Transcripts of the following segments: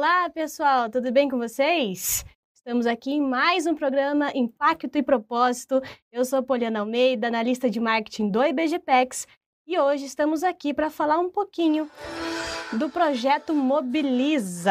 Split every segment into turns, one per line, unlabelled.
Olá, pessoal, tudo bem com vocês? Estamos aqui em mais um programa Impacto e Propósito. Eu sou Poliana Almeida, analista de marketing do IBGPEX, e hoje estamos aqui para falar um pouquinho do projeto Mobiliza.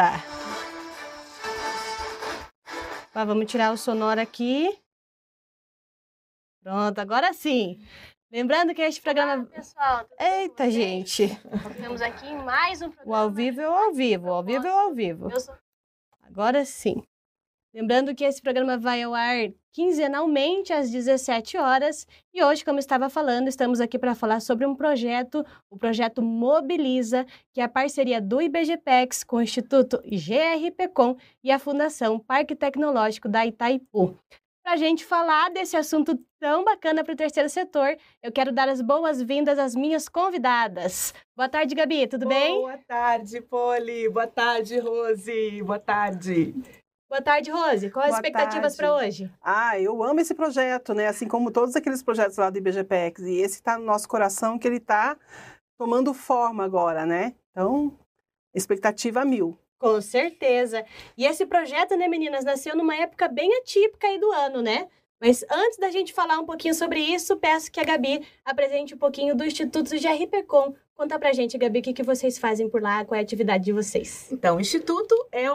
Vamos tirar o sonoro aqui. Pronto, agora sim. Lembrando que este programa... Olá, pessoal. Eita, gente. Estamos aqui em mais um programa... O ao vivo é o ao vivo, o ao vivo é o ao vivo. Agora sim. Lembrando que esse programa vai ao ar quinzenalmente às 17 horas. E hoje, como eu estava falando, estamos aqui para falar sobre um projeto, o projeto Mobiliza, que é a parceria do IBGPEX com o Instituto GRPcom e a Fundação Parque Tecnológico da Itaipu. Para a gente falar desse assunto tão bacana para o terceiro setor, eu quero dar as boas-vindas às minhas convidadas. Boa tarde, Gabi, tudo bem?
Boa tarde, Poli. Boa tarde, Rose. Boa tarde.
Boa tarde, Rose. Quais as expectativas para hoje?
Eu amo esse projeto, né? Assim como todos aqueles projetos lá do IBGPEX. E esse está no nosso coração, que ele está tomando forma agora, né? Então, expectativa 1000.
Com certeza. E esse projeto, né, meninas, nasceu numa época bem atípica aí do ano, né? Mas antes da gente falar um pouquinho sobre isso, peço que a Gabi apresente um pouquinho do Instituto GRPcom. Conta pra gente, Gabi, o que vocês fazem por lá, qual é a atividade de vocês?
Então, o Instituto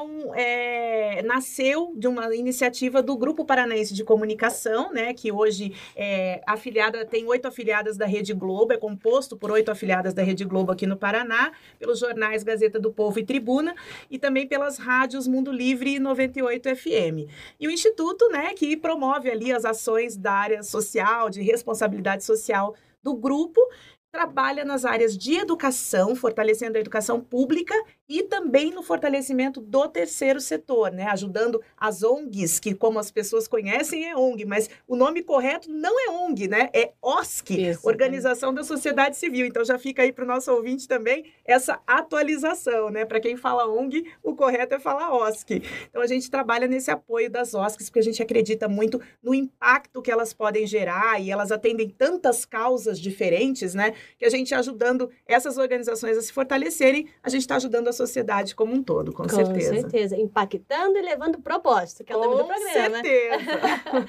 nasceu de uma iniciativa do Grupo Paranaense de Comunicação, né, que hoje tem 8 afiliadas da Rede Globo, é composto por 8 afiliadas da Rede Globo aqui no Paraná, pelos jornais Gazeta do Povo e Tribuna, e também pelas rádios Mundo Livre e 98 FM. E o Instituto, né, que promove ali as ações da área social, de responsabilidade social do grupo, trabalha nas áreas de educação, fortalecendo a educação pública e também no fortalecimento do terceiro setor, né? Ajudando as ONGs, que como as pessoas conhecem é ONG, mas o nome correto não é ONG, né? É OSC, isso, Organização da Sociedade Civil. Então já fica aí para o nosso ouvinte também essa atualização, né? Para quem fala ONG, o correto é falar OSC. Então a gente trabalha nesse apoio das OSCs, porque a gente acredita muito no impacto que elas podem gerar e elas atendem tantas causas diferentes, né? Que a gente ajudando essas organizações a se fortalecerem, a gente está ajudando a sociedade como um todo, com certeza.
Com certeza, impactando e levando propósito, que é o nome do programa.
Com certeza.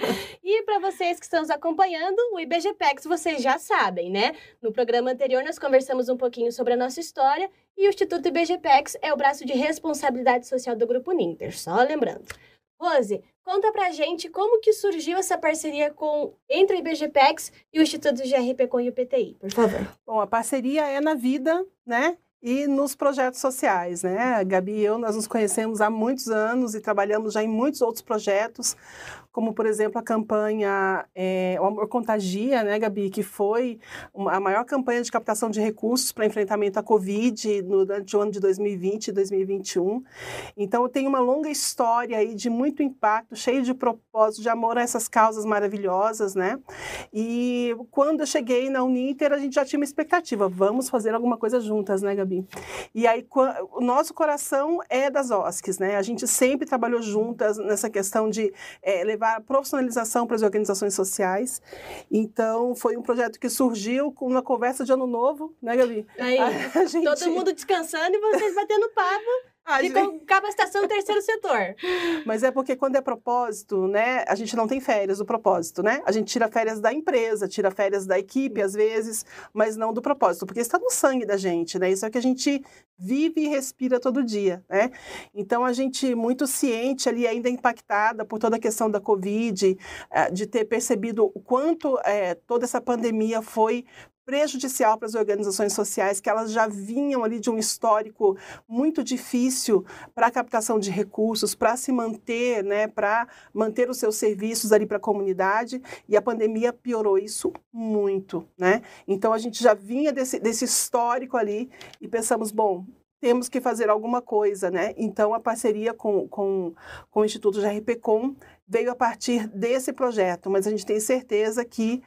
E para vocês que estão nos acompanhando, o IBGPEX, vocês já sabem, né? No programa anterior nós conversamos um pouquinho sobre a nossa história e o Instituto IBGPEX é o braço de responsabilidade social do Grupo Ninter, só lembrando. Rose, conta pra gente como que surgiu essa parceria entre o IBGPEX e o Instituto GRPcom e o PTI, por favor.
Bom, a parceria é na vida, né? E nos projetos sociais, né? A Gabi e eu, nós nos conhecemos há muitos anos e trabalhamos já em muitos outros projetos, como, por exemplo, a campanha O Amor Contagia, né, Gabi? Que foi a maior campanha de captação de recursos para enfrentamento à Covid durante o ano de 2020 e 2021. Então, eu tenho uma longa história aí de muito impacto, cheio de propósito, de amor a essas causas maravilhosas, né? E quando eu cheguei na Uninter, a gente já tinha uma expectativa, vamos fazer alguma coisa juntas, né, Gabi? E aí, o nosso coração é das OSCs, né? A gente sempre trabalhou juntas nessa questão de levar a profissionalização para as organizações sociais. Então, foi um projeto que surgiu com uma conversa de ano novo, né, Gabi?
Aí, todo mundo descansando e vocês batendo papo. De capacitação do terceiro setor.
Mas é porque quando é propósito, né, a gente não tem férias do propósito, né? A gente tira férias da empresa, tira férias da equipe, às vezes, mas não do propósito, porque está no sangue da gente, né? Isso é o que a gente vive e respira todo dia, né? Então, a gente muito ciente ali, ainda impactada por toda a questão da Covid, de ter percebido o quanto toda essa pandemia foi prejudicial para as organizações sociais, que elas já vinham ali de um histórico muito difícil para a captação de recursos, para se manter, né, para manter os seus serviços ali para a comunidade, e a pandemia piorou isso muito, né? Então, a gente já vinha desse histórico ali e pensamos, bom, temos que fazer alguma coisa, né? Então, a parceria com o Instituto GRPcom veio a partir desse projeto, mas a gente tem certeza que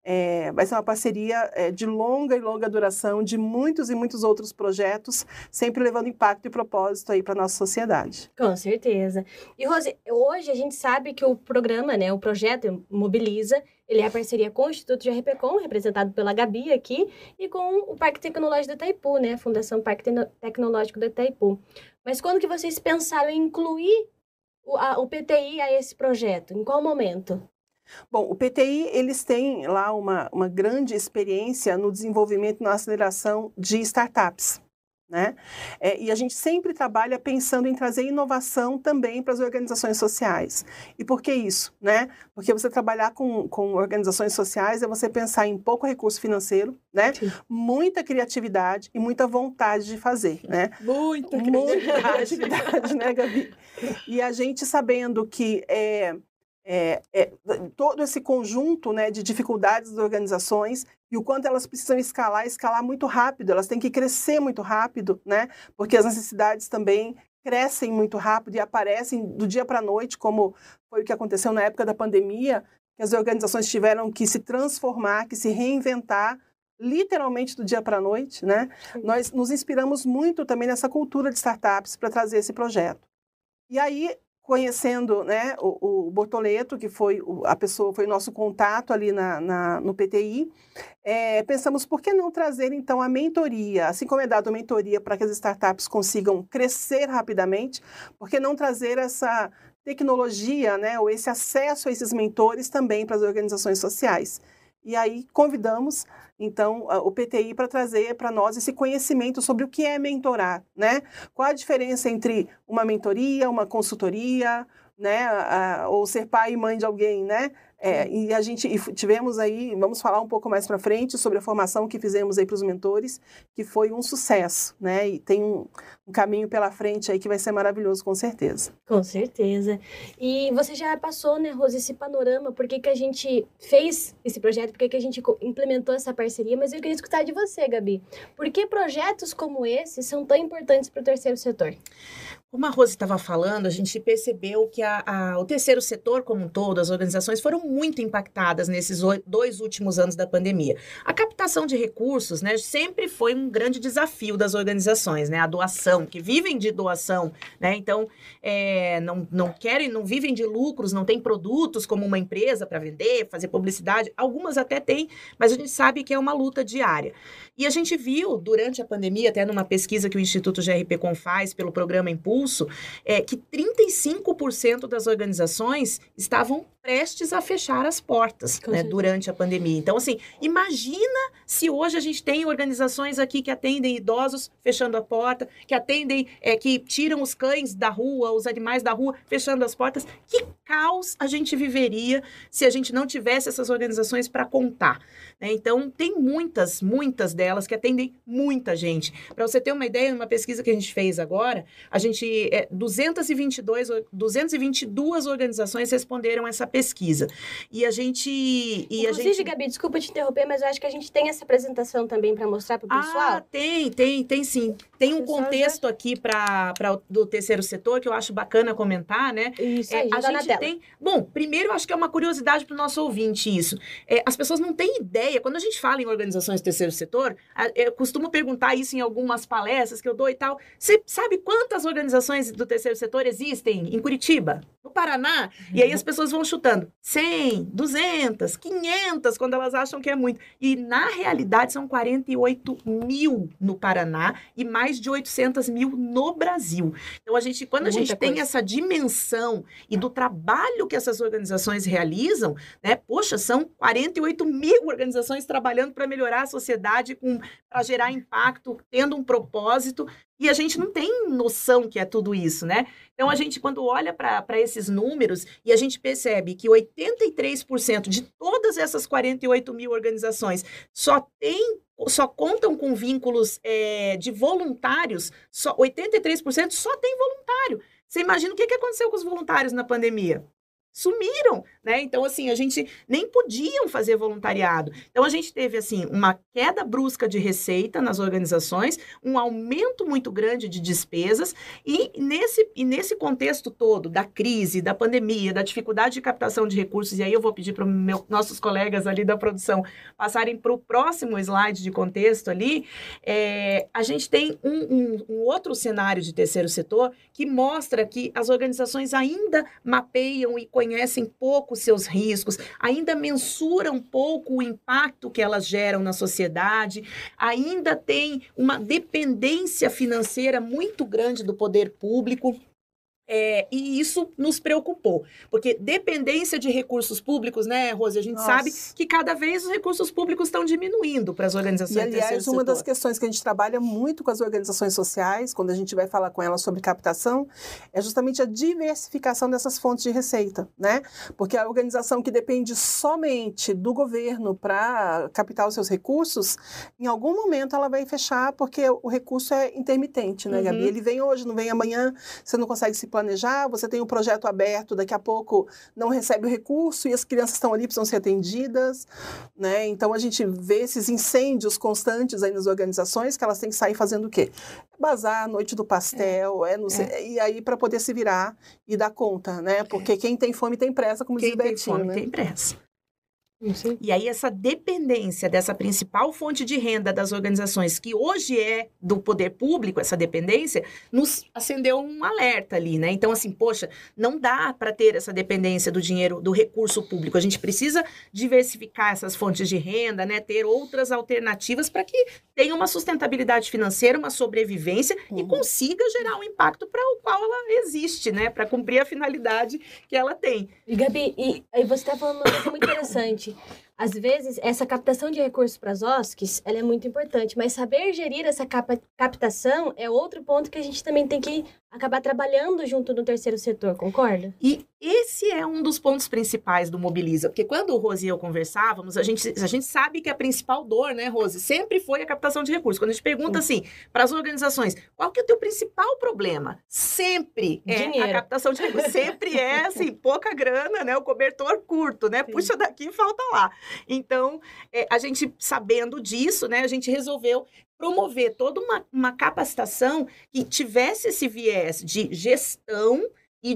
vai ser uma parceria de longa e longa duração, de muitos e muitos outros projetos, sempre levando impacto e propósito aí para a nossa sociedade.
Com certeza. E, Rose, hoje a gente sabe que o programa, né, o projeto Mobiliza, ele é a parceria com o Instituto GRPcom, representado pela Gabi aqui, e com o Parque Tecnológico do Itaipu, né, a Fundação Parque Tecnológico do Itaipu. Mas quando que vocês pensaram em incluir o PTI a esse projeto? Em qual momento?
Bom, o PTI, eles têm lá uma grande experiência no desenvolvimento e na aceleração de startups, né? E a gente sempre trabalha pensando em trazer inovação também para as organizações sociais. E por que isso, né? Porque você trabalhar com organizações sociais é você pensar em pouco recurso financeiro, né? Sim. Muita criatividade e muita vontade de fazer, né?
Muita
criatividade, né, Gabi? E a gente sabendo que todo esse conjunto, né, de dificuldades das organizações e o quanto elas precisam escalar muito rápido, elas têm que crescer muito rápido, né, porque as necessidades também crescem muito rápido e aparecem do dia para a noite, como foi o que aconteceu na época da pandemia, que as organizações tiveram que se transformar, que se reinventar, literalmente do dia para a noite, né? Nós nos inspiramos muito também nessa cultura de startups para trazer esse projeto. E aí, conhecendo, né, o Bortoleto, que foi foi o nosso contato ali no PTI, pensamos por que não trazer então a mentoria, assim como é dado a mentoria para que as startups consigam crescer rapidamente, por que não trazer essa tecnologia, né, ou esse acesso a esses mentores também para as organizações sociais? E aí convidamos, então, o PTI para trazer para nós esse conhecimento sobre o que é mentorar, né? Qual a diferença entre uma mentoria, uma consultoria, né? Ou ser pai e mãe de alguém, né? E a gente tivemos aí, vamos falar um pouco mais para frente sobre a formação que fizemos aí para os mentores, que foi um sucesso, né? E tem um caminho pela frente aí que vai ser maravilhoso, com certeza.
Com certeza. E você já passou, né, Rose, esse panorama, por que a gente fez esse projeto, por que a gente implementou essa parceria, mas eu queria escutar de você, Gabi. Por que projetos como esse são tão importantes para o terceiro setor?
Como a Rose estava falando, a gente percebeu que o terceiro setor como um todo, as organizações foram muito impactadas nesses 2 últimos anos da pandemia. A captação de recursos, né, sempre foi um grande desafio das organizações, né, a doação, que vivem de doação, né, então não vivem de lucros, não tem produtos como uma empresa para vender, fazer publicidade, algumas até têm, mas a gente sabe que é uma luta diária. E a gente viu durante a pandemia, até numa pesquisa que o Instituto GRPcom faz pelo programa Impulso, que 35% das organizações estavam prestes a fechar as portas, né, durante a pandemia. Então, assim, imagina se hoje a gente tem organizações aqui que atendem idosos fechando a porta, que atendem, que tiram os cães da rua, os animais da rua, fechando as portas. Que caos a gente viveria se a gente não tivesse essas organizações para contar, né? Então, tem muitas delas que atendem muita gente. Para você ter uma ideia, numa pesquisa que a gente fez agora, a gente 222 organizações responderam essa pesquisa.
Inclusive, Gabi, desculpa te interromper, mas eu acho que a gente tem essa apresentação também para mostrar para o pessoal.
Tem sim. Tem um contexto aqui do terceiro setor que eu acho bacana comentar, né?
Isso aí,
a gente tem... Bom, primeiro eu acho que é uma curiosidade para o nosso ouvinte isso. As pessoas não têm ideia, quando a gente fala em organizações do terceiro setor, eu costumo perguntar isso em algumas palestras que eu dou e tal. Você sabe quantas organizações do terceiro setor existem em Curitiba? No Paraná? E aí as pessoas vão chutando 100, 200, 500, quando elas acham que é muito. E na realidade são 48 mil no Paraná e mais de 800 mil no Brasil. Então, quando a gente tem essa dimensão e do trabalho que essas organizações realizam, né? Poxa, são 48 mil organizações trabalhando para melhorar a sociedade, para gerar impacto, tendo um propósito. E a gente não tem noção que é tudo isso, né? Então, a gente, quando olha para esses números e a gente percebe que 83% de todas essas 48 mil organizações só contam com vínculos de voluntários, 83% só tem voluntário. Você imagina o que aconteceu com os voluntários na pandemia? sumiram, né? Então, assim, a gente nem podiam fazer voluntariado. Então, a gente teve, assim, uma queda brusca de receita nas organizações, um aumento muito grande de despesas, e nesse contexto todo da crise, da pandemia, da dificuldade de captação de recursos, e aí eu vou pedir para nossos colegas ali da produção passarem para o próximo slide de contexto ali, a gente tem um outro cenário de terceiro setor que mostra que as organizações ainda mapeiam e conhecem pouco seus riscos, ainda mensuram pouco o impacto que elas geram na sociedade, ainda tem uma dependência financeira muito grande do poder público. E isso nos preocupou, porque dependência de recursos públicos, né, Rose? A gente sabe que cada vez os recursos públicos estão diminuindo para as organizações.
E, aliás, uma das questões que a gente trabalha muito com as organizações sociais, quando a gente vai falar com elas sobre captação, é justamente a diversificação dessas fontes de receita, né? Porque a organização que depende somente do governo para captar os seus recursos, em algum momento ela vai fechar, porque o recurso é intermitente, né, Gabi? Ele vem hoje, não vem amanhã, você não consegue se planejar, você tem um projeto aberto, daqui a pouco não recebe o recurso e as crianças estão ali, precisam ser atendidas, né? Então, a gente vê esses incêndios constantes aí nas organizações, que elas têm que sair fazendo o quê? Bazar, noite do pastel, e aí para poder se virar e dar conta, né? Porque quem tem fome tem pressa, como diz o Betinho,
né? Quem tem fome tem pressa. E aí essa dependência dessa principal fonte de renda das organizações, que hoje é do poder público, essa dependência, nos acendeu um alerta ali, né? Então, assim, poxa, não dá para ter essa dependência do dinheiro, do recurso público. A gente precisa diversificar essas fontes de renda, né? Ter outras alternativas para que tenha uma sustentabilidade financeira, uma sobrevivência e consiga gerar um impacto para o qual ela existe, né? Para cumprir a finalidade que ela tem.
E, Gabi, aí você está falando uma coisa muito interessante. Às vezes, essa captação de recursos para as OSCs, ela é muito importante, mas saber gerir essa captação é outro ponto que a gente também tem que acabar trabalhando junto no terceiro setor, concorda?
E esse é um dos pontos principais do Mobiliza, porque quando o Rose e eu conversávamos, a gente sabe que a principal dor, né, Rose, sempre foi a captação de recursos. Quando a gente pergunta, assim, para as organizações, qual que é o teu principal problema? Sempre
Dinheiro.
A captação de recursos. Sempre assim, pouca grana, né, o cobertor curto, né, puxa daqui e falta lá. Então, a gente, sabendo disso, né, a gente resolveu promover toda uma capacitação que tivesse esse viés de gestão e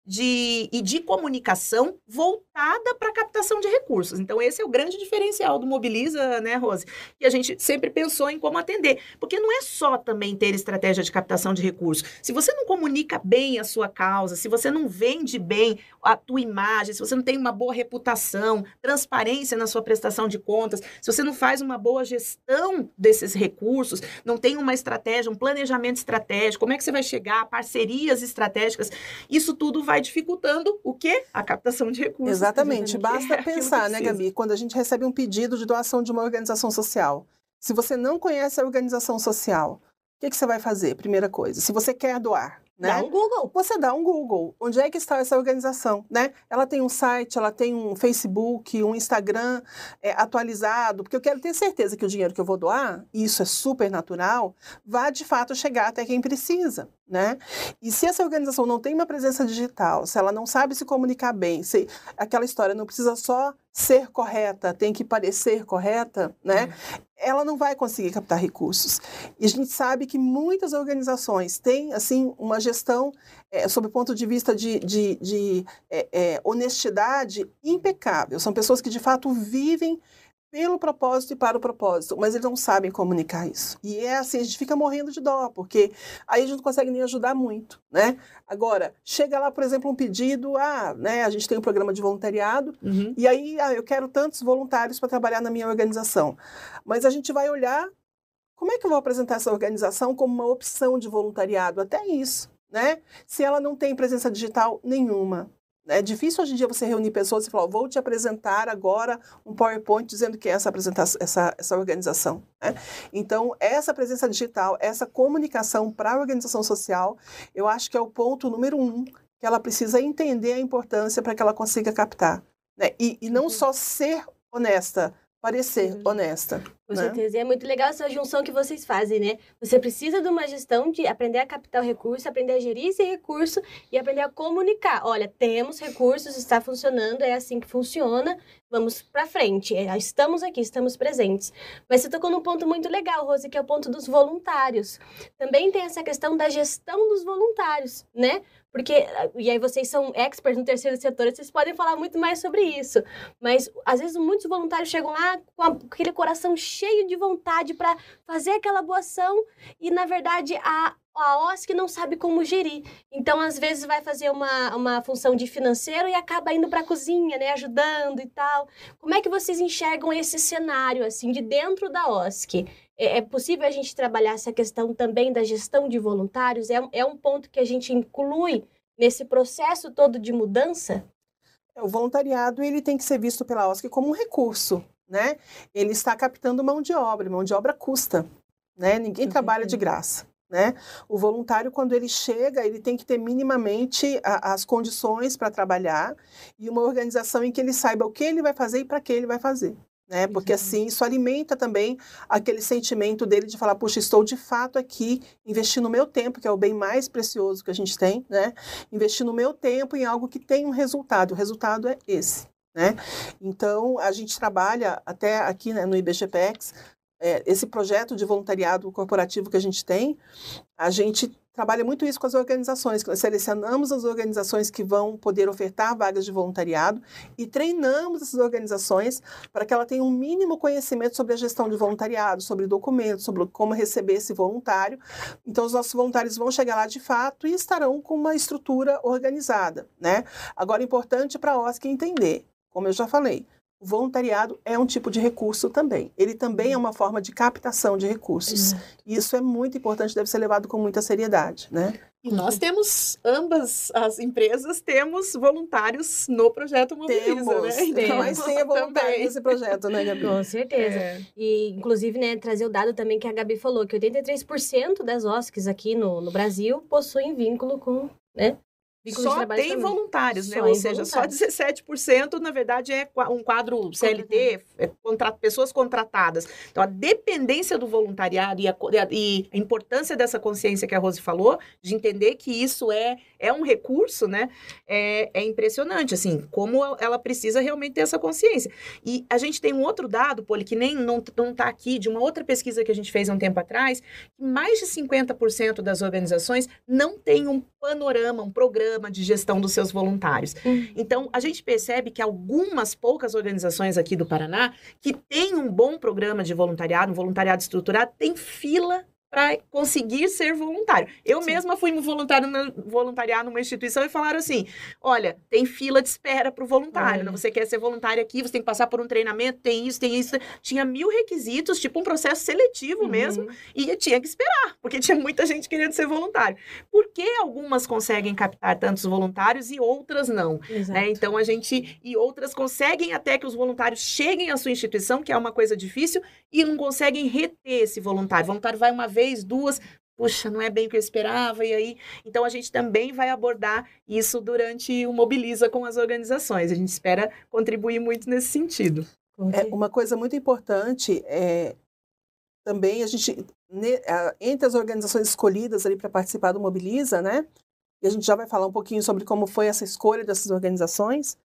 de comunicação voltada para a captação de recursos. Então, esse é o grande diferencial do Mobiliza, né, Rose? E a gente sempre pensou em como atender. Porque não é só também ter estratégia de captação de recursos. Se você não comunica bem a sua causa, se você não vende bem a tua imagem, se você não tem uma boa reputação, transparência na sua prestação de contas, se você não faz uma boa gestão desses recursos, não tem uma estratégia, um planejamento estratégico, como é que você vai chegar a parcerias estratégicas, isso tudo vai dificultando o quê? A captação de recursos.
Exatamente. Basta pensar, né, Gabi? Quando a gente recebe um pedido de doação de uma organização social, se você não conhece a organização social, o que você vai fazer? Primeira coisa, se você quer doar, né?
Dá um Google.
Você dá um Google. Onde é que está essa organização, né? Ela tem um site, ela tem um Facebook, um Instagram atualizado, porque eu quero ter certeza que o dinheiro que eu vou doar, e isso é super natural, vai de fato chegar até quem precisa, né? E se essa organização não tem uma presença digital, se ela não sabe se comunicar bem, se aquela história não precisa só ser correta, tem que parecer correta, né? Ela não vai conseguir captar recursos. E a gente sabe que muitas organizações têm, assim, uma gestão, sob o ponto de vista de honestidade, impecável. São pessoas que, de fato, vivem pelo propósito e para o propósito, mas eles não sabem comunicar isso. E é assim, a gente fica morrendo de dó, porque aí a gente não consegue nem ajudar muito, né? Agora, chega lá, por exemplo, um pedido, né, a gente tem um programa de voluntariado, e aí, eu quero tantos voluntários para trabalhar na minha organização. Mas a gente vai olhar, como é que eu vou apresentar essa organização como uma opção de voluntariado? Até isso, né? Se ela não tem presença digital nenhuma. É difícil hoje em dia você reunir pessoas e falar, vou te apresentar agora um PowerPoint dizendo que é essa organização. Né? Então, essa presença digital, essa comunicação para a organização social, eu acho que é o ponto número 1, que ela precisa entender a importância para que ela consiga captar. Né? E não só ser honesta parecer honesta.
Com certeza. E é muito legal essa junção que vocês fazem, né? Você precisa de uma gestão de aprender a captar o recurso, aprender a gerir esse recurso e aprender a comunicar. Olha, temos recursos, está funcionando, é assim que funciona, vamos para frente. Estamos aqui, estamos presentes. Mas você tocou num ponto muito legal, Rose, que é o ponto dos voluntários. Também tem essa questão da gestão dos voluntários, né? Porque, e aí vocês são experts no terceiro setor, vocês podem falar muito mais sobre isso. Mas, às vezes, muitos voluntários chegam lá com aquele coração cheio de vontade para fazer aquela boa ação e, na verdade, a OSC não sabe como gerir. Então, às vezes, vai fazer uma função de financeiro e acaba indo para a cozinha, né, ajudando e tal. Como é que vocês enxergam esse cenário, assim, de dentro da OSC? É possível a gente trabalhar essa questão também da gestão de voluntários? É um ponto que a gente inclui nesse processo todo de mudança?
O voluntariado ele tem que ser visto pela OSC como um recurso, né? Ele está captando mão de obra custa, né? Ninguém trabalha de graça, né? O voluntário, quando ele chega, ele tem que ter minimamente as condições para trabalhar e uma organização em que ele saiba o que ele vai fazer e para que ele vai fazer. Né? Porque assim, isso alimenta também aquele sentimento dele de falar, puxa, estou de fato aqui investindo o meu tempo, que é o bem mais precioso que a gente tem, né? Investindo o meu tempo em algo que tem um resultado, o resultado é esse, né? Então, a gente trabalha até aqui, né, no IBGPEX, esse projeto de voluntariado corporativo que a gente tem, a gente trabalha muito isso com as organizações, nós selecionamos as organizações que vão poder ofertar vagas de voluntariado e treinamos essas organizações para que ela tenha um mínimo conhecimento sobre a gestão de voluntariado, sobre documentos, sobre como receber esse voluntário. Então, os nossos voluntários vão chegar lá de fato e estarão com uma estrutura organizada, né? Agora, é importante para a OSC entender, como eu já falei, o voluntariado é um tipo de recurso também. Ele também é uma forma de captação de recursos. E isso é muito importante, deve ser levado com muita seriedade, né?
E nós temos, ambas as empresas, temos voluntários no projeto Mobiliza, né?
Então, mas tem voluntário nesse projeto, né, Gabi?
Com certeza. E, inclusive, né, trazer o dado também que a Gabi falou, que 83% das OSCs aqui no Brasil possuem vínculo com, né?
Só tem voluntários, né? Ou seja, só 17%, na verdade, é um quadro CLT, pessoas contratadas. Então, a dependência do voluntariado e a importância dessa consciência que a Rose falou, de entender que isso é um recurso, né? É impressionante, assim, como ela precisa realmente ter essa consciência. E a gente tem um outro dado, Poli, que nem não está aqui, de uma outra pesquisa que a gente fez há um tempo atrás, que mais de 50% das organizações não tem um panorama, um programa de gestão dos seus voluntários. Então, a gente percebe que algumas poucas organizações aqui do Paraná que têm um bom programa de voluntariado, um voluntariado estruturado, tem fila para conseguir ser voluntário. Eu mesma fui voluntariar numa instituição e falaram assim, olha, tem fila de espera para o voluntário, né? Você quer ser voluntário aqui, você tem que passar por um treinamento, tem isso. Tinha 1000 requisitos, tipo um processo seletivo mesmo, e tinha que esperar, porque tinha muita gente querendo ser voluntário. Por que algumas conseguem captar tantos voluntários e outras não? Né? Então, e outras conseguem até que os voluntários cheguem à sua instituição, que é uma coisa difícil, e não conseguem reter esse voluntário. O voluntário vai uma vez, duas, puxa, não é bem o que eu esperava, e aí... Então, a gente também vai abordar isso durante o Mobiliza com as organizações. A gente espera contribuir muito nesse sentido.
Uma coisa muito importante também, a gente, entre as organizações escolhidas ali para participar do Mobiliza, né? E a gente já vai falar um pouquinho sobre como foi essa escolha dessas organizações.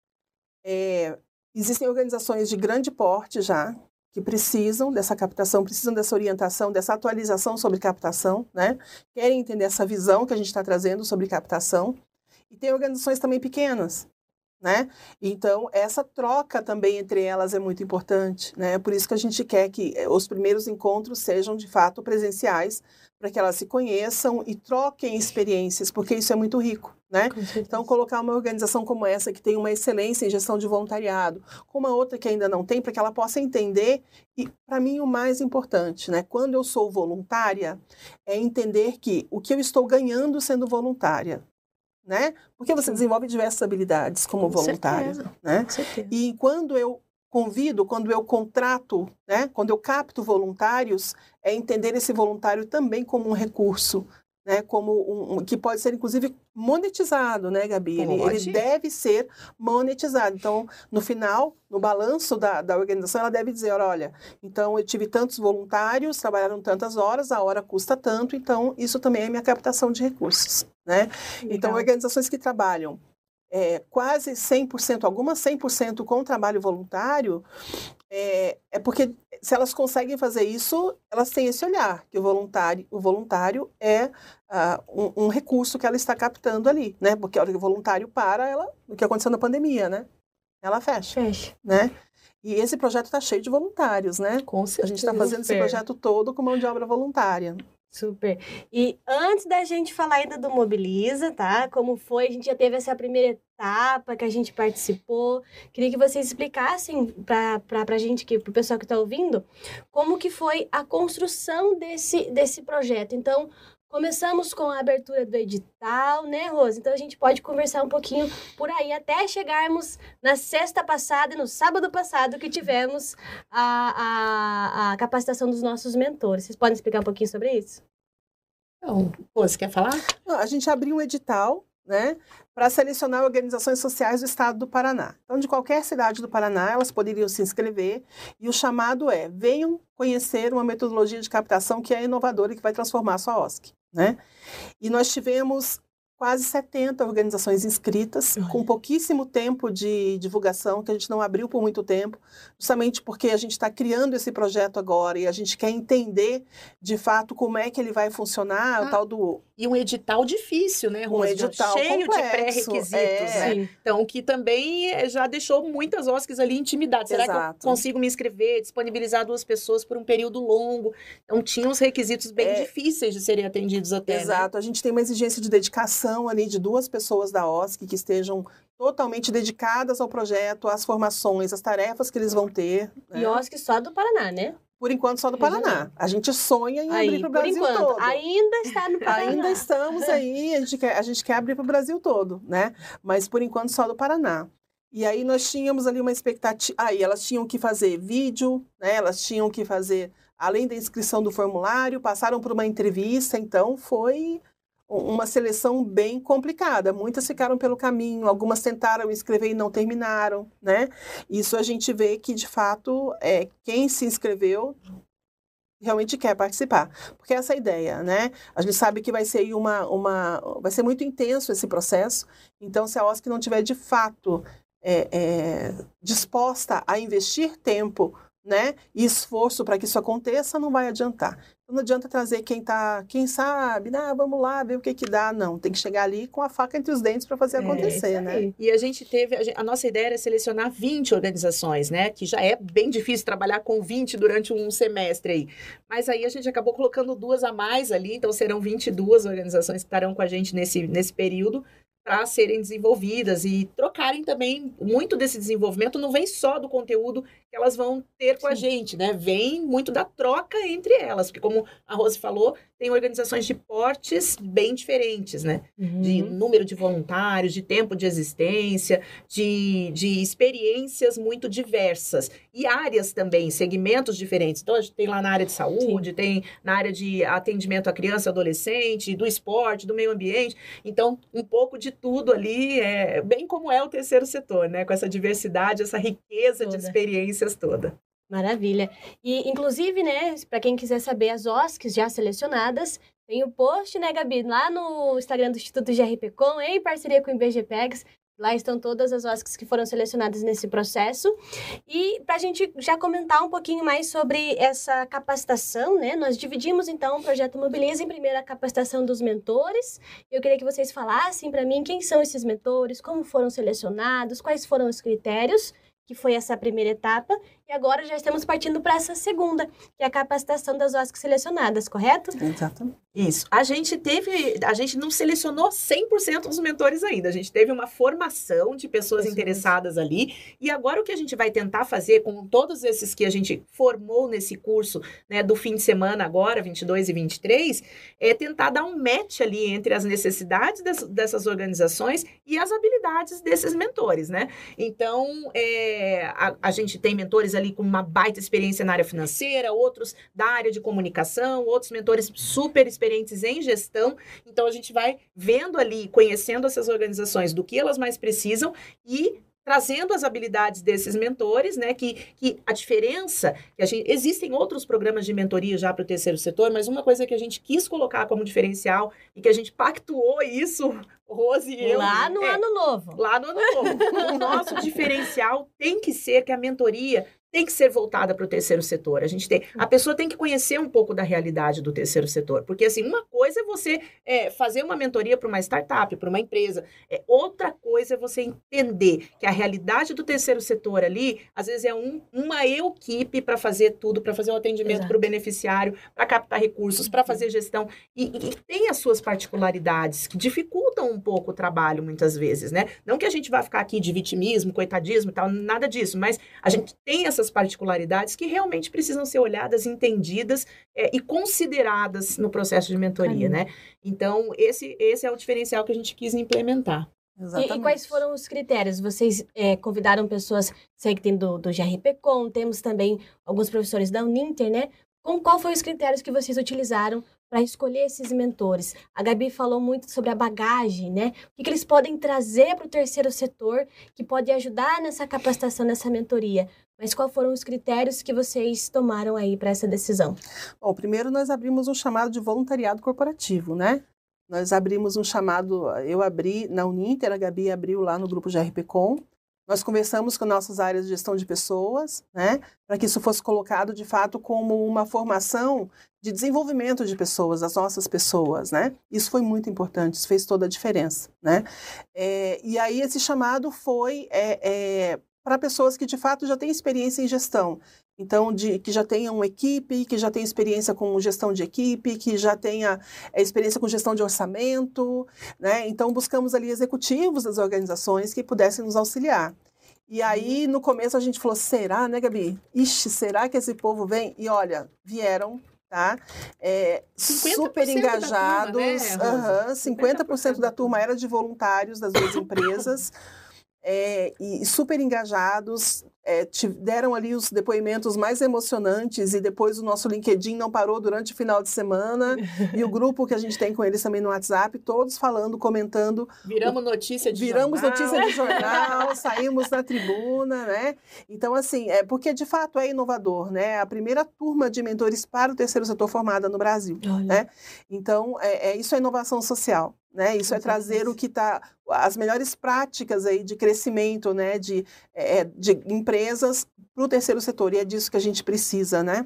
Existem organizações de grande porte já, que precisam dessa captação, precisam dessa orientação, dessa atualização sobre captação, né? Querem entender essa visão que a gente está trazendo sobre captação. E tem organizações também pequenas, né? Então, essa troca também entre elas é muito importante, né? Por isso que a gente quer que os primeiros encontros sejam, de fato, presenciais, para que elas se conheçam e troquem experiências, porque isso é muito rico, né? Então, colocar uma organização como essa, que tem uma excelência em gestão de voluntariado, com uma outra que ainda não tem, para que ela possa entender, e para mim o mais importante, né? Quando eu sou voluntária, é entender que o que eu estou ganhando sendo voluntária, né? Porque você desenvolve diversas habilidades como voluntária, né? E quando eu convido, quando eu contrato, né? Quando eu capto voluntários, é entender esse voluntário também como um recurso, né, como que pode ser, inclusive, monetizado, né, Gabi? Ele deve ser monetizado. Então, no final, no balanço da organização, ela deve dizer, olha, então eu tive tantos voluntários, trabalharam tantas horas, a hora custa tanto, então isso também é minha captação de recursos, né?
Legal.
Então, organizações que trabalham quase 100%, algumas 100% com trabalho voluntário, é porque se elas conseguem fazer isso, elas têm esse olhar, que o voluntário é um recurso que ela está captando ali, né? Porque a hora que o voluntário para, o que aconteceu na pandemia, né? Ela fecha. Né? E esse projeto está cheio de voluntários, né?
Com certeza.
A gente está fazendo esse projeto todo com mão de obra voluntária.
Super. E antes da gente falar ainda do Mobiliza, tá? Como foi, a gente já teve essa primeira etapa que a gente participou. Queria que vocês explicassem pra gente, pro pessoal que está ouvindo, como que foi a construção desse projeto. Então, começamos com a abertura do edital, né, Rose? Então, a gente pode conversar um pouquinho por aí, até chegarmos na sexta passada e no sábado passado, que tivemos a capacitação dos nossos mentores. Vocês podem explicar um pouquinho sobre isso?
Então, você quer falar?
A gente abriu um edital, né, para selecionar organizações sociais do estado do Paraná. Então, de qualquer cidade do Paraná, elas poderiam se inscrever, e o chamado venham conhecer uma metodologia de captação que é inovadora e que vai transformar a sua OSC. Né? E nós tivemos quase 70 organizações inscritas, com pouquíssimo tempo de divulgação, que a gente não abriu por muito tempo, justamente porque a gente está criando esse projeto agora e a gente quer entender, de fato, como é que ele vai funcionar, o tal do...
E um edital difícil, né, Rose?
Um edital
cheio
complexo,
de pré-requisitos, né?
Sim.
Então, que também já deixou muitas OSCs ali intimidadas. Será que eu consigo me inscrever, disponibilizar 2 pessoas por um período longo? Então, tinha uns requisitos bem difíceis de serem atendidos até,
Exato.
Né?
A gente tem uma exigência de dedicação ali de 2 pessoas da OSC que estejam totalmente dedicadas ao projeto, às formações, às tarefas que eles vão ter.
E OSC só do Paraná, né?
Por enquanto, só do Paraná. A gente sonha em abrir para o Brasil todo.
Ainda está no Paraná.
Ainda estamos aí, a gente quer abrir para o Brasil todo, né? Mas, por enquanto, só do Paraná. E aí, nós tínhamos ali uma expectativa... Aí, elas tinham que fazer vídeo, né? Elas tinham que fazer, além da inscrição do formulário, passaram por uma entrevista. Então, foi uma seleção bem complicada. Muitas ficaram pelo caminho, algumas tentaram inscrever e não terminaram, né? Isso a gente vê que, de fato, quem se inscreveu realmente quer participar. Porque essa é a ideia, né? A gente sabe que vai ser aí vai ser muito intenso esse processo. Então, se a OSC não tiver, de fato, disposta a investir tempo, né, e esforço para que isso aconteça, não vai adiantar. Não adianta trazer quem sabe, vamos lá, ver o que dá. Não, tem que chegar ali com a faca entre os dentes para fazer acontecer, né?
E a gente a nossa ideia era selecionar 20 organizações, né? Que já é bem difícil trabalhar com 20 durante um semestre aí. Mas aí a gente acabou colocando 2 a mais ali, então serão 22 organizações que estarão com a gente nesse período, para serem desenvolvidas e trocarem também. Muito desse desenvolvimento não vem só do conteúdo que elas vão ter com a gente, né? Vem muito da troca entre elas, porque como a Rose falou, tem organizações de portes bem diferentes, né? De número de voluntários, de tempo de existência, de experiências muito diversas. E áreas também, segmentos diferentes. Então, a gente tem lá na área de saúde, tem na área de atendimento à criança e adolescente, do esporte, do meio ambiente. Então, um pouco de tudo ali, bem como é o terceiro setor, né? Com essa diversidade, essa riqueza de experiências toda.
Maravilha. E, inclusive, né, para quem quiser saber as OSCs já selecionadas, tem o post, né, Gabi, lá no Instagram do Instituto GRPcom, em parceria com o IBGPEGS. Lá estão todas as OSCs que foram selecionadas nesse processo. E para a gente já comentar um pouquinho mais sobre essa capacitação, né? Nós dividimos, então, o Projeto Mobiliza em primeiro a capacitação dos mentores. Eu queria que vocês falassem para mim quem são esses mentores, como foram selecionados, quais foram os critérios, que foi essa primeira etapa. E agora já estamos partindo para essa segunda, que é a capacitação das OSCs selecionadas, correto?
Exatamente.
Isso. A gente não selecionou 100% dos mentores ainda. A gente teve uma formação de pessoas interessadas ali. E agora o que a gente vai tentar fazer com todos esses que a gente formou nesse curso, né, do fim de semana agora, 22 e 23, é tentar dar um match ali entre as necessidades dessas organizações e as habilidades desses mentores, né? Então, a gente tem mentores ali ali com uma baita experiência na área financeira, outros da área de comunicação, outros mentores super experientes em gestão. Então, a gente vai vendo ali, conhecendo essas organizações, do que elas mais precisam e trazendo as habilidades desses mentores, né, que a diferença, existem outros programas de mentoria já para o terceiro setor, mas uma coisa que a gente quis colocar como diferencial e que a gente pactuou isso, Rose e eu...
Lá no Ano Novo.
Lá no Ano Novo. O nosso diferencial tem que ser que a mentoria tem que ser voltada para o terceiro setor. A pessoa tem que conhecer um pouco da realidade do terceiro setor. Porque, assim, uma coisa é você fazer uma mentoria para uma startup, para uma empresa. Outra coisa é você entender que a realidade do terceiro setor ali, às vezes, é uma equipe para fazer tudo, para fazer o atendimento para o beneficiário, para captar recursos, para fazer gestão. E tem as suas particularidades que dificultam um pouco o trabalho, muitas vezes, né? Não que a gente vá ficar aqui de vitimismo, coitadismo e tal, nada disso. Mas a gente tem essas particularidades que realmente precisam ser olhadas, entendidas e consideradas no processo de mentoria, né? Então, esse é o diferencial que a gente quis implementar.
E quais foram os critérios? Vocês convidaram pessoas, sei que tem do GRPcom, temos também alguns professores da Uninter, né? Qual foi os critérios que vocês utilizaram para escolher esses mentores? A Gabi falou muito sobre a bagagem, né? O que eles podem trazer para o terceiro setor que pode ajudar nessa capacitação, nessa mentoria? Mas quais foram os critérios que vocês tomaram aí para essa decisão?
Bom, primeiro nós abrimos um chamado de voluntariado corporativo, né? Nós abrimos um chamado, eu abri na Uninter, a Gabi abriu lá no grupo GRPcom. Nós conversamos com nossas áreas de gestão de pessoas, né, para que isso fosse colocado, de fato, como uma formação de desenvolvimento de pessoas, das nossas pessoas, né? Isso foi muito importante, isso fez toda a diferença, né? E aí esse chamado foi para pessoas que, de fato, já têm experiência em gestão. Então, que já tenham uma equipe, que já tenham experiência com gestão de equipe, que já tenha experiência com gestão de orçamento, né? Então, buscamos ali executivos das organizações que pudessem nos auxiliar. E aí, no começo, a gente falou, será, né, Gabi? Ixi, será que esse povo vem? E olha, vieram, tá? Super engajados.
Da turma, né,
50% da turma era de voluntários das duas empresas. E super engajados, deram ali os depoimentos mais emocionantes e depois o nosso LinkedIn não parou durante o final de semana e o grupo que a gente tem com eles também no WhatsApp, todos falando, comentando.
Viramos notícia de
jornal, saímos na tribuna, né? Então, assim, porque de fato é inovador, né? A primeira turma de mentores para o terceiro setor formada no Brasil, né? Então, isso é inovação social. Né? Isso é trazer o que está, as melhores práticas aí de crescimento, né? de empresas para o terceiro setor, e é disso que a gente precisa, né?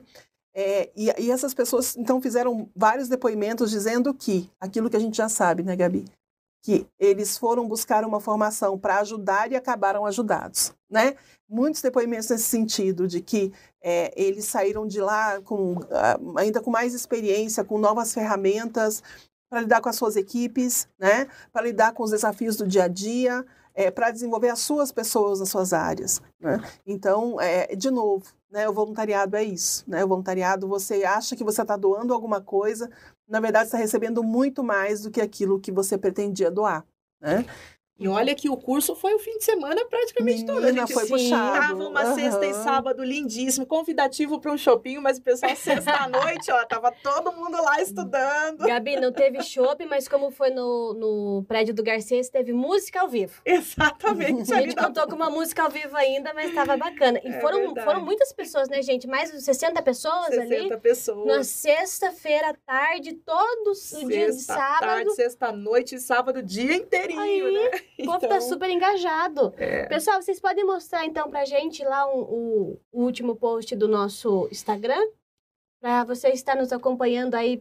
E essas pessoas, então, fizeram vários depoimentos dizendo que, aquilo que a gente já sabe, né, Gabi? Que eles foram buscar uma formação para ajudar e acabaram ajudados, né? Muitos depoimentos nesse sentido, de que eles saíram de lá ainda com mais experiência, com novas ferramentas, para lidar com as suas equipes, né? Para lidar com os desafios do dia a dia, para desenvolver as suas pessoas nas suas áreas, né? Então, de novo, né, o voluntariado é isso, né? O voluntariado, você acha que você está doando alguma coisa, na verdade está recebendo muito mais do que aquilo que você pretendia doar, né?
E olha que o curso foi o fim de semana praticamente todo. A gente
foi puxado.
Tava uma sexta e sábado lindíssimo, convidativo para um shopping, mas o pessoal sexta-noite, tava todo mundo lá estudando.
Gabi, não teve shopping, mas como foi no prédio do Garcês, teve música ao vivo.
Exatamente.
A gente contou com uma música ao vivo ainda, mas tava bacana. E foram muitas pessoas, né, gente? Mais de 60 pessoas
60
ali.
60 pessoas.
Na sexta-feira à tarde, todos os dias de sábado.
Tarde, sexta-noite, sábado, dia inteirinho,
aí,
né?
O povo tá super engajado. Pessoal, vocês podem mostrar então pra gente lá o último post do nosso Instagram? Para você estar nos acompanhando aí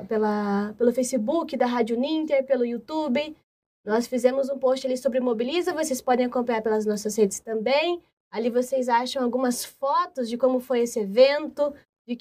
pelo Facebook da Rádio Uninter, pelo YouTube. Nós fizemos um post ali sobre Mobiliza, vocês podem acompanhar pelas nossas redes também. Ali vocês acham algumas fotos de como foi esse evento, de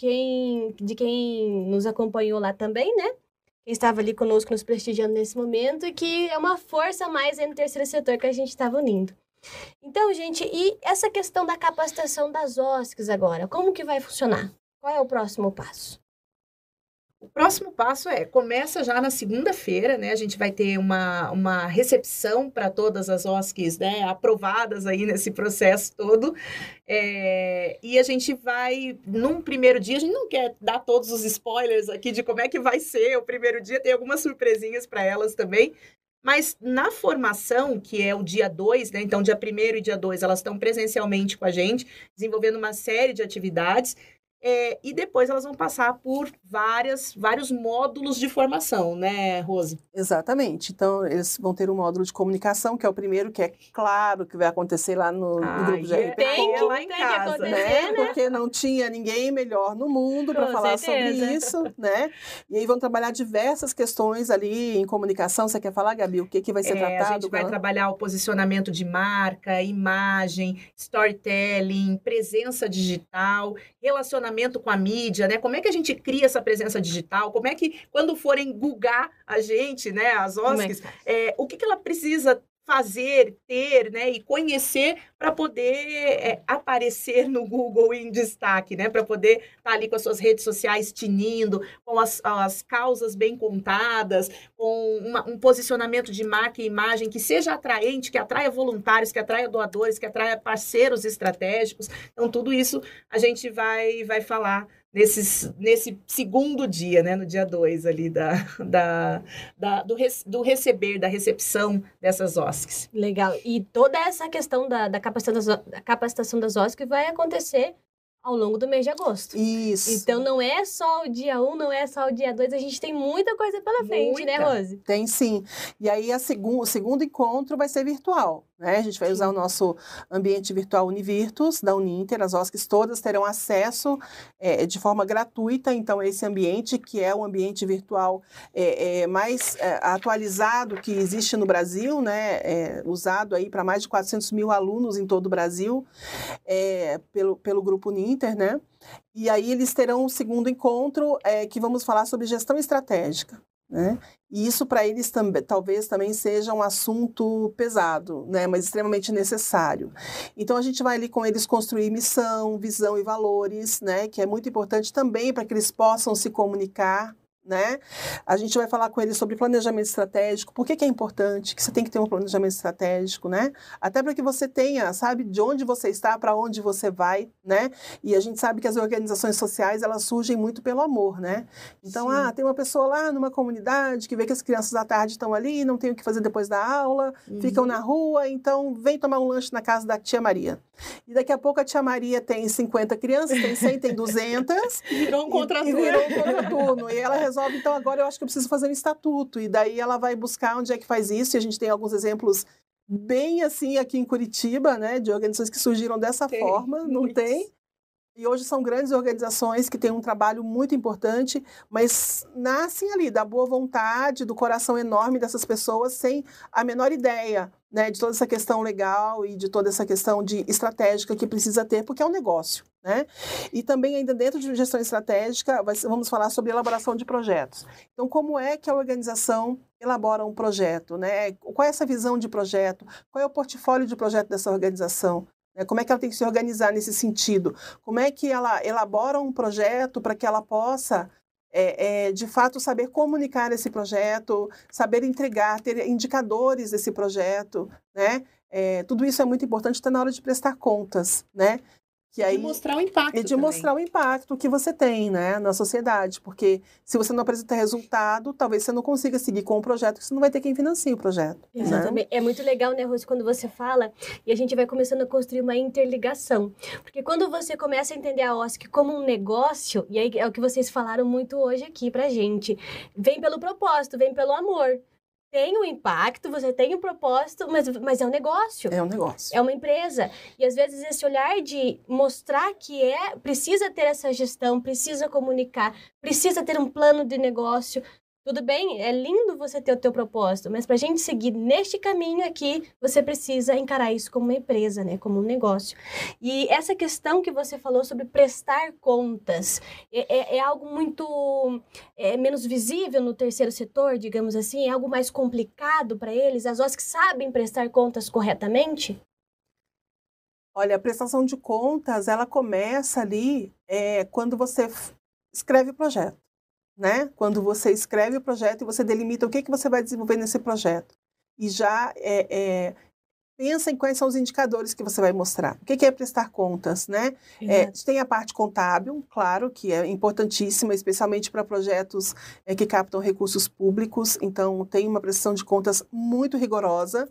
quem nos acompanhou lá também, né? Quem estava ali conosco nos prestigiando nesse momento e que é uma força a mais aí no terceiro setor que a gente estava unindo. Então, gente, e essa questão da capacitação das OSCs agora, como que vai funcionar? Qual é o próximo passo?
O próximo passo começa já na segunda-feira, né? A gente vai ter uma recepção para todas as OSCs, né, aprovadas aí nesse processo todo. E a gente vai, num primeiro dia, a gente não quer dar todos os spoilers aqui de como é que vai ser o primeiro dia, tem algumas surpresinhas para elas também. Mas na formação, que é o dia 2, né? Então, dia 1º e dia 2, elas estão presencialmente com a gente, desenvolvendo uma série de atividades. E depois elas vão passar por vários módulos de formação, né, Rose?
Exatamente. Então, eles vão ter um módulo de comunicação, que é o primeiro, que é claro que vai acontecer lá no grupo de RP.
Tem
lá em casa, né? Porque não tinha ninguém melhor no mundo para falar sobre isso, né? E aí vão trabalhar diversas questões ali em comunicação. Você quer falar, Gabi, o que vai ser tratado?
A gente vai trabalhar o posicionamento de marca, imagem, storytelling, presença digital, relacionamento com a mídia, né? Como é que a gente cria essa presença digital? Como é que, quando forem googar a gente, né, as OSCs, o que ela precisa fazer, ter, né, e conhecer para poder aparecer no Google em destaque, né, para poder estar ali com as suas redes sociais tinindo, com as causas bem contadas, com um posicionamento de marca e imagem que seja atraente, que atraia voluntários, que atraia doadores, que atraia parceiros estratégicos. Então, tudo isso a gente vai falar nesse segundo dia, né, no dia 2 ali do receber, da recepção dessas OSCs.
Legal. E toda essa questão da capacitação das OSCs vai acontecer ao longo do mês de agosto.
Isso.
Então, não é só o dia 1, não é só o dia 2, a gente tem muita coisa pela frente, né, Rose?
Tem sim. E aí, o segundo encontro vai ser virtual, né? A gente vai usar o nosso ambiente virtual Univirtus, da Uninter. As OSCs todas terão acesso de forma gratuita, então, a esse ambiente, que é o ambiente virtual mais atualizado que existe no Brasil, né? Usado aí para mais de 400 mil alunos em todo o Brasil, pelo Grupo Uninter, né? E aí eles terão um segundo encontro que vamos falar sobre gestão estratégica, né? E isso para eles talvez também seja um assunto pesado, né? Mas extremamente necessário. Então a gente vai ali com eles construir missão, visão e valores, né? Que é muito importante também para que eles possam se comunicar, né? A gente vai falar com eles sobre planejamento estratégico, por que é importante, que você tem que ter um planejamento estratégico, né? Até para que você tenha, sabe, de onde você está, para onde você vai, né? E a gente sabe que as organizações sociais, elas surgem muito pelo amor, né? Então, tem uma pessoa lá numa comunidade que vê que as crianças à tarde estão ali, não tem o que fazer depois da aula, ficam na rua, então vem tomar um lanche na casa da tia Maria. E daqui a pouco a tia Maria tem 50 crianças, tem 100, tem 200.
Virou um contraturno.
Virou um contraturno. E ela resolve, então agora eu acho que eu preciso fazer um estatuto. E daí ela vai buscar onde é que faz isso. E a gente tem alguns exemplos bem assim aqui em Curitiba, né? De organizações que surgiram dessa forma. Não tem? E hoje são grandes organizações que têm um trabalho muito importante, mas nascem ali da boa vontade, do coração enorme dessas pessoas, sem a menor ideia, né, de toda essa questão legal e de toda essa questão de estratégica que precisa ter, porque é um negócio, né? E também ainda dentro de gestão estratégica, vamos falar sobre elaboração de projetos. Então, como é que a organização elabora um projeto, né? Qual é essa visão de projeto? Qual é o portfólio de projeto dessa organização? Como é que ela tem que se organizar nesse sentido? Como é que ela elabora um projeto para que ela possa, de fato, saber comunicar esse projeto, saber entregar, ter indicadores desse projeto, né? Tudo isso é muito importante até na hora de prestar contas, né? Que aí,
de mostrar o impacto.
E de mostrar o impacto que você tem, né, na sociedade. Porque se você não apresenta resultado, talvez você não consiga seguir com o projeto, porque você não vai ter quem financie o projeto.
Exatamente. Né? É muito legal, né, Rose, quando você fala e a gente vai começando a construir uma interligação. Porque quando você começa a entender a OSC como um negócio, e aí é o que vocês falaram muito hoje aqui pra gente, vem pelo propósito, vem pelo amor. Tem um impacto, você tem um propósito, mas é um negócio.
É um negócio.
É uma empresa. E às vezes esse olhar de mostrar que precisa ter essa gestão, precisa comunicar, precisa ter um plano de negócio. Tudo bem, é lindo você ter o teu propósito, mas para a gente seguir neste caminho aqui, você precisa encarar isso como uma empresa, né? Como um negócio. E essa questão que você falou sobre prestar contas, é algo muito menos visível no terceiro setor, digamos assim? É algo mais complicado para eles? As OSCs sabem prestar contas corretamente?
Olha, a prestação de contas, ela começa ali quando você escreve o projeto. né? Quando você escreve o projeto e você delimita o que você vai desenvolver nesse projeto. E já pensa em quais são os indicadores que você vai mostrar. O que é prestar contas, né? Tem a parte contábil, claro, que é importantíssima, especialmente para projetos que captam recursos públicos. Então, tem uma prestação de contas muito rigorosa,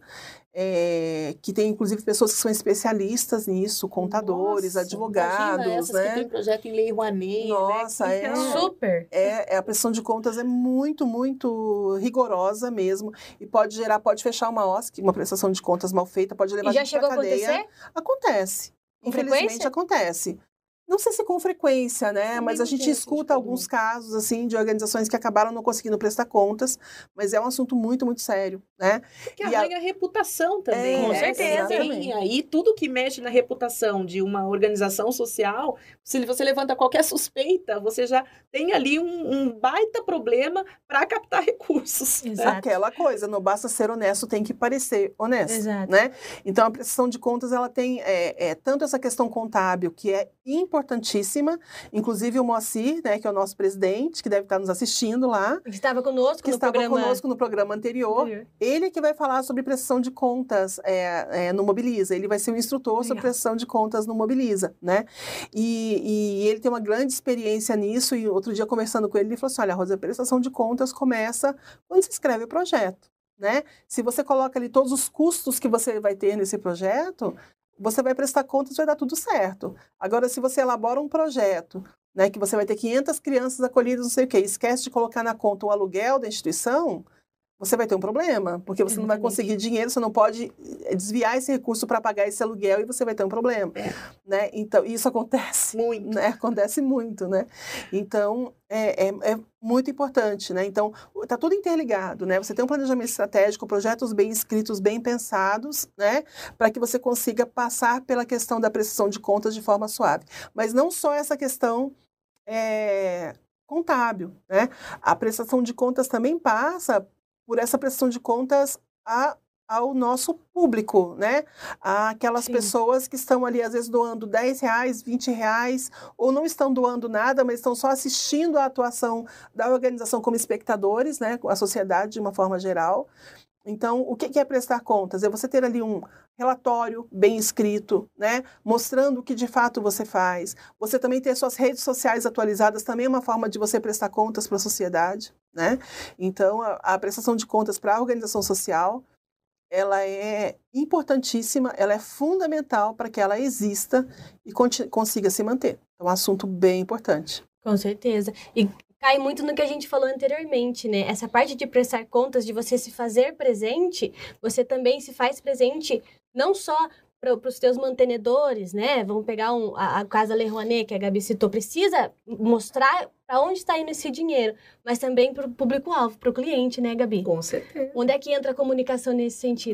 que tem, inclusive, pessoas que são especialistas nisso, contadores, advogados,
essas
né?
que tem projeto em Lei Rouanet,
Nossa,
né?
Então,
super.
A prestação de contas é muito, muito rigorosa mesmo e pode fechar uma OSC, uma prestação de contas mal feita, pode levar a gente pra cadeia.
E já chegou a acontecer?
Acontece. Infelizmente acontece. Não sei se com frequência, né? Mas a gente escuta alguns casos, assim, de organizações que acabaram não conseguindo prestar contas, mas é um assunto muito, muito sério, né?
Porque arranha a reputação também,
com
né?
certeza.
Tem aí tudo que mexe na reputação de uma organização social, se você levanta qualquer suspeita, você já tem ali um baita problema para captar recursos.
Exato.
Aquela coisa, não basta ser honesto, tem que parecer honesto,
Exato.
né? Então, a prestação de contas, ela tem tanto essa questão contábil, que é importantíssima, inclusive o Moacir, né, que é o nosso presidente, que deve estar nos assistindo lá.
Que estava conosco
no programa anterior. Ele que vai falar sobre prestação de contas no Mobiliza. Ele vai ser o instrutor sobre prestação de contas no Mobiliza, né? E ele tem uma grande experiência nisso, e outro dia, conversando com ele falou assim, olha, Rosa, a prestação de contas começa quando você escreve o projeto, né? Se você coloca ali todos os custos que você vai ter nesse projeto, você vai prestar contas e vai dar tudo certo. Agora, se você elabora um projeto, né, que você vai ter 500 crianças acolhidas, não sei o quê, esquece de colocar na conta o aluguel da instituição, você vai ter um problema, porque você não vai conseguir dinheiro, você não pode desviar esse recurso para pagar esse aluguel e você vai ter um problema, né? Então, isso acontece muito, né? Acontece muito, né? Então, é muito importante, né? Então, está tudo interligado, né? Você tem um planejamento estratégico, projetos bem escritos, bem pensados, né? Para que você consiga passar pela questão da prestação de contas de forma suave. Mas não só essa questão contábil, né? A prestação de contas também passa por essa prestação de contas ao nosso público, né? Aquelas pessoas que estão ali, às vezes, doando R$10, R$20, ou não estão doando nada, mas estão só assistindo à atuação da organização como espectadores, né? A sociedade de uma forma geral. Então, o que é prestar contas? É você ter ali um relatório bem escrito, né? Mostrando o que de fato você faz. Você também ter suas redes sociais atualizadas, também é uma forma de você prestar contas para a sociedade, né? Então, a prestação de contas para a organização social, ela é importantíssima, ela é fundamental para que ela exista e consiga se manter. É um assunto bem importante.
Com certeza. E cai muito no que a gente falou anteriormente, né? Essa parte de prestar contas, de você se fazer presente, você também se faz presente não só para os teus mantenedores, né? Vamos pegar a Casa Lei Rouanet, que a Gabi citou, precisa mostrar para onde está indo esse dinheiro, mas também para o público-alvo, para o cliente, né, Gabi?
Com certeza.
Onde é que entra a comunicação nesse sentido?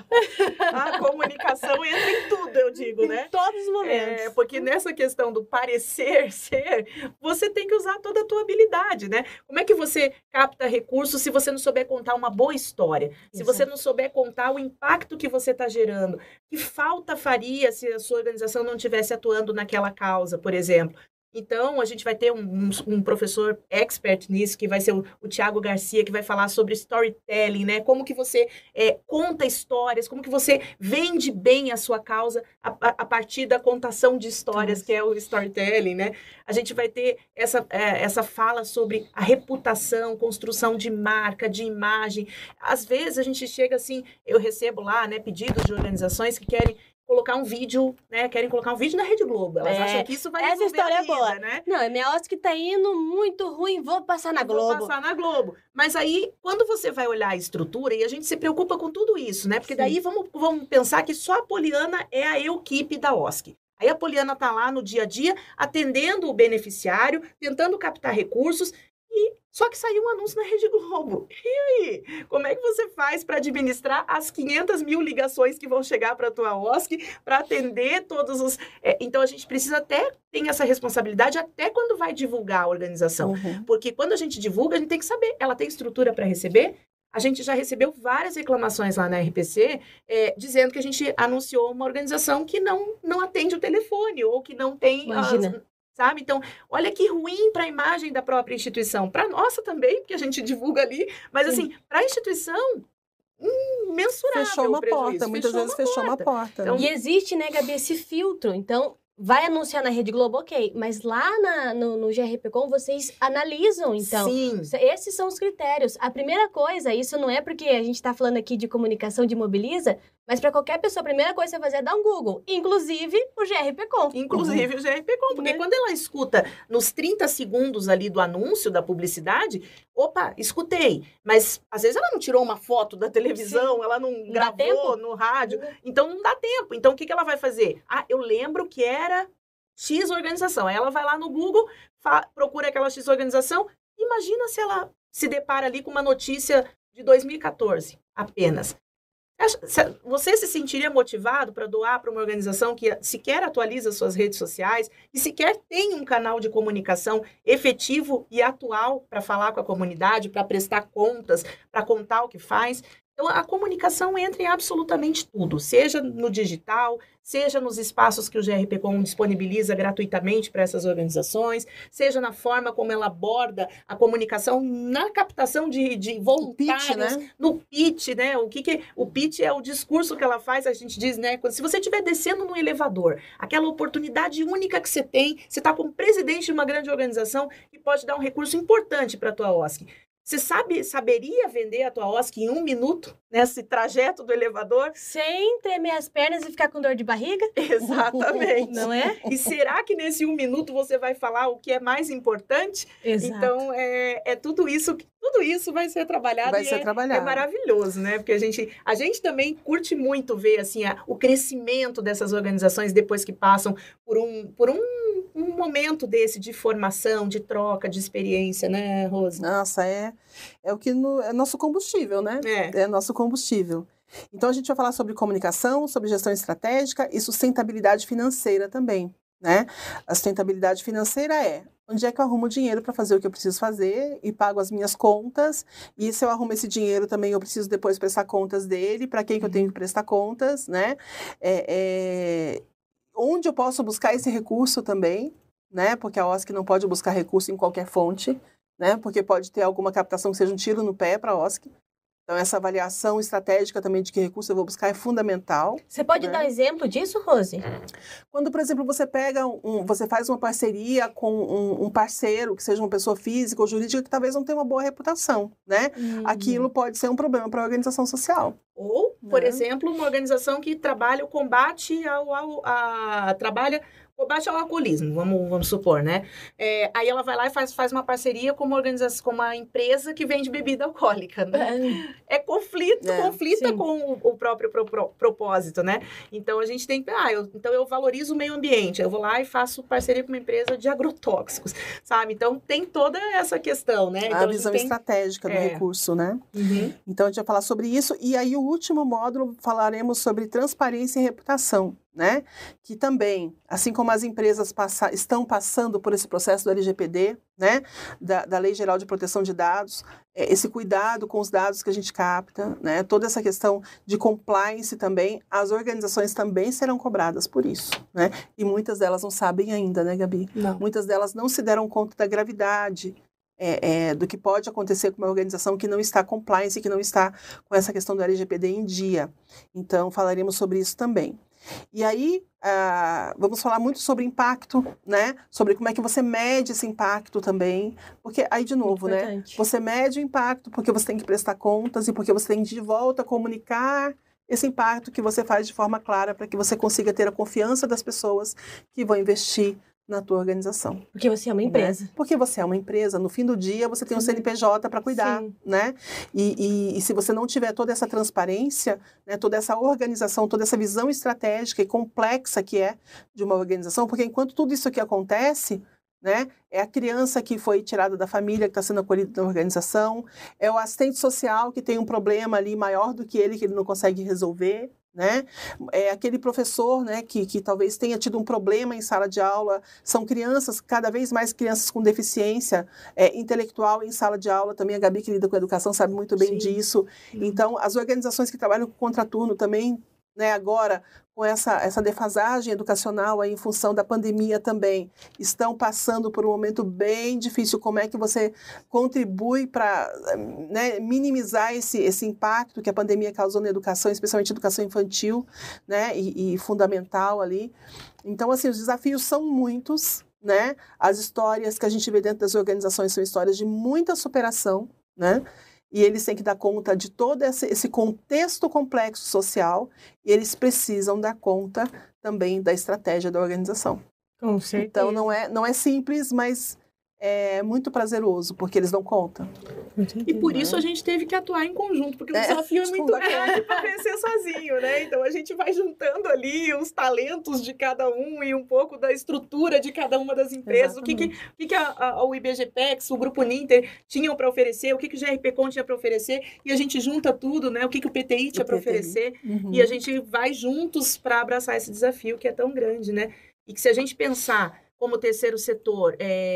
A comunicação entra em tudo, eu digo, né?
Em todos os momentos.
Porque nessa questão do parecer ser, você tem que usar toda a tua habilidade, né? Como é que você capta recursos se você não souber contar uma boa história? Se você não souber contar o impacto que você está gerando? Que falta faria se a sua organização não estivesse atuando naquela causa, por exemplo? Então, a gente vai ter um professor expert nisso, que vai ser o Thiago Garcia, que vai falar sobre storytelling, né? Como que você conta histórias, como que você vende bem a sua causa a partir da contação de histórias, que é o storytelling, né? A gente vai ter essa fala sobre a reputação, construção de marca, de imagem. Às vezes, a gente chega assim, eu recebo lá, né, pedidos de organizações que querem colocar um vídeo, né? Querem colocar um vídeo na Rede Globo. Elas acham que isso vai resolver
essa história
a vida,
é boa,
né?
Não, minha OSC tá indo muito ruim, vou passar na Globo.
Vou passar na Globo. Mas aí, quando você vai olhar a estrutura, e a gente se preocupa com tudo isso, né? Porque daí vamos pensar que só a Poliana é a equipe da OSC. Aí a Poliana tá lá no dia a dia, atendendo o beneficiário, tentando captar recursos, só que saiu um anúncio na Rede Globo. E aí? Como é que você faz para administrar as 500 mil ligações que vão chegar para a tua OSC, para atender todos os... Então, a gente precisa ter essa responsabilidade até quando vai divulgar a organização. Porque quando a gente divulga, a gente tem que saber, ela tem estrutura para receber? A gente já recebeu várias reclamações lá na RPC, dizendo que a gente anunciou uma organização que não atende o telefone, ou que não tem... sabe? Então, olha que ruim para a imagem da própria instituição. Para a nossa também, porque a gente divulga ali, mas assim, para a instituição, mensurável.
Fechou uma porta, muitas vezes fechou uma porta.
Então, e existe, né, Gabi, esse filtro. Então, vai anunciar na Rede Globo, ok. Mas lá no GRPcom, vocês analisam, então.
Sim.
Esses são os critérios. A primeira coisa, isso não é porque a gente está falando aqui de comunicação de Mobiliza, mas para qualquer pessoa, a primeira coisa que você vai fazer é dar um Google. Inclusive o GRPcom.
Inclusive o GRPcom. Porque quando ela escuta nos 30 segundos ali do anúncio, da publicidade, opa, escutei. Mas às vezes ela não tirou uma foto da televisão, sim, ela não gravou no rádio. Então não dá tempo. Então o que ela vai fazer? Ah, eu lembro que era X organização. Aí ela vai lá no Google, procura aquela X organização. Imagina se ela se depara ali com uma notícia de 2014 apenas. Você se sentiria motivado para doar para uma organização que sequer atualiza suas redes sociais e sequer tem um canal de comunicação efetivo e atual para falar com a comunidade, para prestar contas, para contar o que faz? Então, a comunicação entra em absolutamente tudo, seja no digital, seja nos espaços que o GRPcom disponibiliza gratuitamente para essas organizações, seja na forma como ela aborda a comunicação na captação de voluntários, pitch, né? No pitch, né? O pitch é o discurso que ela faz, a gente diz, né? Se você estiver descendo no elevador, aquela oportunidade única que você tem, você está como presidente de uma grande organização que pode dar um recurso importante para a tua OSC. Você saberia vender a tua OSC em 1 minuto, nesse trajeto do elevador?
Sem tremer as pernas e ficar com dor de barriga?
Exatamente.
Não é?
E será que nesse 1 minuto você vai falar o que é mais importante?
Exato.
Então, tudo isso vai ser trabalhado. É maravilhoso, né? Porque a gente também curte muito ver assim, o crescimento dessas organizações depois que passam por um momento desse de formação, de troca, de experiência, né, Rose?
Nossa, é o que é nosso combustível, né? É nosso combustível. Então, a gente vai falar sobre comunicação, sobre gestão estratégica e sustentabilidade financeira também, né? A sustentabilidade financeira é onde é que eu arrumo dinheiro para fazer o que eu preciso fazer e pago as minhas contas, e se eu arrumo esse dinheiro também eu preciso depois prestar contas dele, para quem que eu tenho que prestar contas, né? Onde eu posso buscar esse recurso também, né? Porque a OSC não pode buscar recurso em qualquer fonte, né? Porque pode ter alguma captação que seja um tiro no pé para a OSC. Então, essa avaliação estratégica também de que recurso eu vou buscar é fundamental.
Você pode dar um exemplo disso, Rose?
Quando, por exemplo, você você faz uma parceria com um parceiro, que seja uma pessoa física ou jurídica, que talvez não tenha uma boa reputação, né? Aquilo pode ser um problema para a organização social.
Ou, por exemplo, uma organização que trabalha o combate combate ao alcoolismo, vamos supor, né? Aí ela vai lá e faz uma parceria com uma organização, com uma empresa que vende bebida alcoólica, né? Conflita com o próprio propósito, né? Então, a gente tem que... então eu valorizo o meio ambiente, eu vou lá e faço parceria com uma empresa de agrotóxicos, sabe? Então, tem toda essa questão, né? Então,
a visão estratégica do recurso, né?
Uhum.
Então, a gente vai falar sobre isso. E aí, o último módulo, falaremos sobre transparência e reputação, né? Que também, assim como as empresas estão passando por esse processo do LGPD, né? Da Lei Geral de Proteção de Dados, esse cuidado com os dados que a gente capta, né? Toda essa questão de compliance também, as organizações também serão cobradas por isso, né? E muitas delas não sabem ainda, né, Gabi?
Não.
Muitas delas não se deram conta da gravidade do que pode acontecer com uma organização que não está compliance, que não está com essa questão do LGPD em dia. Então, falaremos sobre isso também. E aí, vamos falar muito sobre impacto, né? Sobre como é que você mede esse impacto também. Porque aí, de novo, né? Você mede o impacto porque você tem que prestar contas e porque você tem que, de volta, comunicar esse impacto que você faz de forma clara para que você consiga ter a confiança das pessoas que vão investir na tua organização.
Porque você é uma empresa.
Né? Porque você é uma empresa. No fim do dia, você tem um CNPJ para cuidar, né? E se você não tiver toda essa transparência, né, toda essa organização, toda essa visão estratégica e complexa que é de uma organização, porque enquanto tudo isso aqui acontece, né, é a criança que foi tirada da família, que está sendo acolhida na organização, é o assistente social que tem um problema ali maior do que ele não consegue resolver, né? É aquele professor, né, que talvez tenha tido um problema em sala de aula. São crianças, cada vez mais crianças com deficiência intelectual em sala de aula. Também a Gabi, que lida com a educação, sabe muito bem disso. Então, as organizações que trabalham com contraturno também, né, agora com essa defasagem educacional aí, em função da pandemia também, estão passando por um momento bem difícil. Como é que você contribui para, né, minimizar esse impacto que a pandemia causou na educação, especialmente educação infantil, né, e fundamental ali. Então, assim, os desafios são muitos, né? As histórias que a gente vê dentro das organizações são histórias de muita superação, né? E eles têm que dar conta de todo esse contexto complexo social, e eles precisam dar conta também da estratégia da organização.
Com certeza.
Então, não é simples, mas é muito prazeroso, porque eles dão conta.
E por isso a gente teve que atuar em conjunto, porque o desafio é muito grande para vencer sozinho, né? Então a gente vai juntando ali os talentos de cada um e um pouco da estrutura de cada uma das empresas. Exatamente. O que o IBGPEX, o Grupo Ninter tinham para oferecer, o que o GRPcon tinha para oferecer, e a gente junta tudo, né? O que o PTI tinha para oferecer, e a gente vai juntos para abraçar esse desafio que é tão grande, né? E que se a gente pensar como terceiro setor,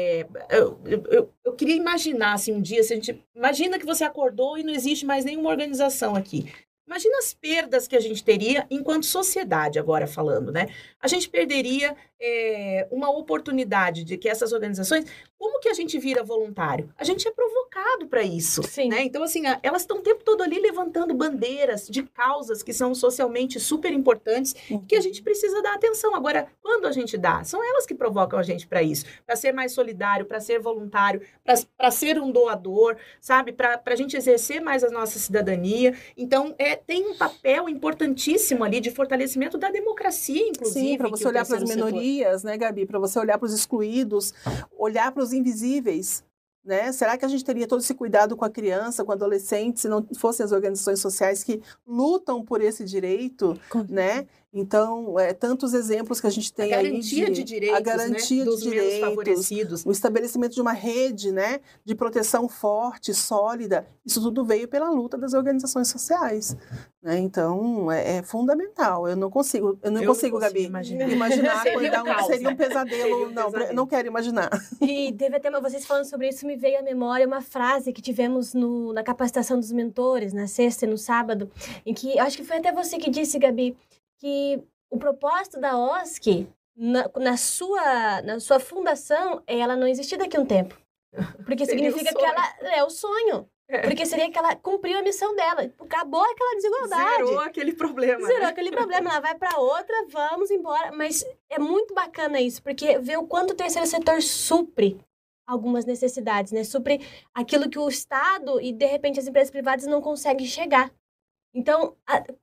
eu queria imaginar, assim, um dia, se a gente imagina que você acordou e não existe mais nenhuma organização aqui. Imagina as perdas que a gente teria enquanto sociedade, agora falando, né? A gente perderia uma oportunidade de que essas organizações... Como que a gente vira voluntário? A gente é provocado para isso, né? Então, assim, elas estão o tempo todo ali levantando bandeiras de causas que são socialmente super importantes, que a gente precisa dar atenção. Agora, quando a gente dá? São elas que provocam a gente para isso, para ser mais solidário, para ser voluntário, para ser um doador, sabe? Para a gente exercer mais a nossa cidadania. Então, tem um papel importantíssimo ali de fortalecimento da democracia, inclusive.
Sim, para você olhar para as minorias, né, Gabi? Para você olhar para os excluídos, olhar para os invisíveis, né? Será que a gente teria todo esse cuidado com a criança, com o adolescente, se não fossem as organizações sociais que lutam por esse direito, né? Então, tantos exemplos que a gente tem aí.
A garantia de direitos,
a garantia, né,
dos menos favorecidos.
O estabelecimento de uma rede, né, de proteção forte, sólida. Isso tudo veio pela luta das organizações sociais, né? Então, é fundamental. Eu não consigo, Gabi, imaginar quando seria um pesadelo. Não quero imaginar.
E teve até vocês falando sobre isso, me veio à memória uma frase que tivemos na capacitação dos mentores, na sexta e no sábado, em que, acho que foi até você que disse, Gabi, que o propósito da OSC, na sua fundação, ela não existir daqui a um tempo. Porque significa que ela é o sonho. Porque seria que ela cumpriu a missão dela. Acabou aquela desigualdade.
Zerou aquele problema.
Zerou aquele problema. Ela vai para outra, vamos embora. Mas é muito bacana isso, porque vê o quanto o terceiro setor supre algumas necessidades, né? Supre aquilo que o Estado e, de repente, as empresas privadas não conseguem chegar. Então,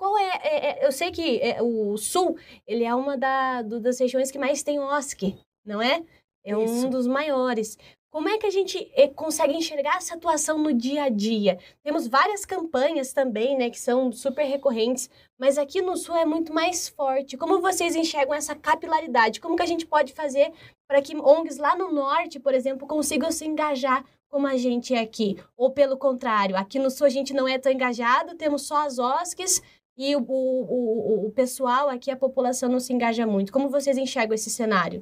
eu sei que o Sul, ele é uma das regiões que mais tem OSC, não é? É um dos maiores. Como é que a gente consegue enxergar essa atuação no dia a dia? Temos várias campanhas também, né, que são super recorrentes, mas aqui no Sul é muito mais forte. Como vocês enxergam essa capilaridade? Como que a gente pode fazer para que ONGs lá no Norte, por exemplo, consigam se engajar como a gente é aqui? Ou pelo contrário, aqui no Sul a gente não é tão engajado, temos só as OSCs e o pessoal aqui, a população não se engaja muito. Como vocês enxergam esse cenário?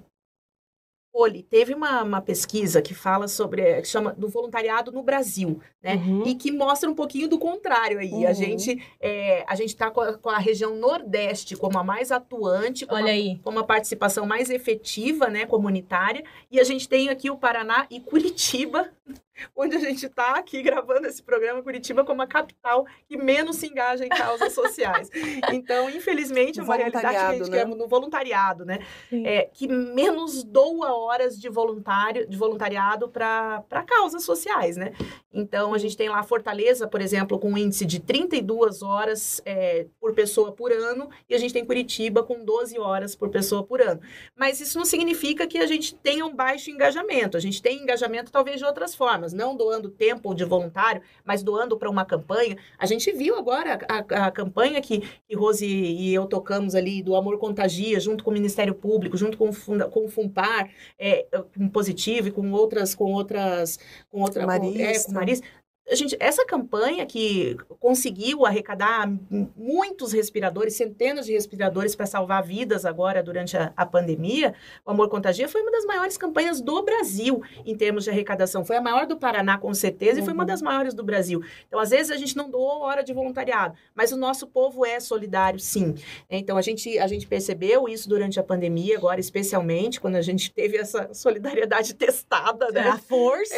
Poli, teve uma pesquisa que fala sobre, que chama do voluntariado no Brasil, né? E que mostra um pouquinho do contrário aí. A gente está com a região Nordeste como a mais atuante, com uma participação mais efetiva, né, comunitária, e a gente tem aqui o Paraná e Curitiba, onde a gente está aqui gravando esse programa, Curitiba como a capital que menos se engaja em causas sociais. Então, infelizmente, é uma realidade que a gente quer no voluntariado, né? Que menos doa horas de voluntariado para causas sociais, né? Então, a gente tem lá Fortaleza, por exemplo, com um índice de 32 horas por pessoa por ano, e a gente tem Curitiba com 12 horas por pessoa por ano. Mas isso não significa que a gente tenha um baixo engajamento. A gente tem engajamento, talvez, de outras formas, não doando tempo de voluntário, mas doando para uma campanha. A gente viu agora a campanha que Rose e eu tocamos ali, do Amor Contagia, junto com o Ministério Público, junto com o FUNPAR, com Positivo e com Marisa. essa campanha que conseguiu arrecadar muitos respiradores, centenas de respiradores para salvar vidas agora durante a pandemia, o Amor Contagia foi uma das maiores campanhas do Brasil em termos de arrecadação. Foi a maior do Paraná, com certeza, e foi uma das maiores do Brasil. Então, às vezes, a gente não doou hora de voluntariado, mas o nosso povo é solidário, sim. Então, a gente percebeu isso durante a pandemia, agora especialmente, quando a gente teve essa solidariedade testada, né?
A força.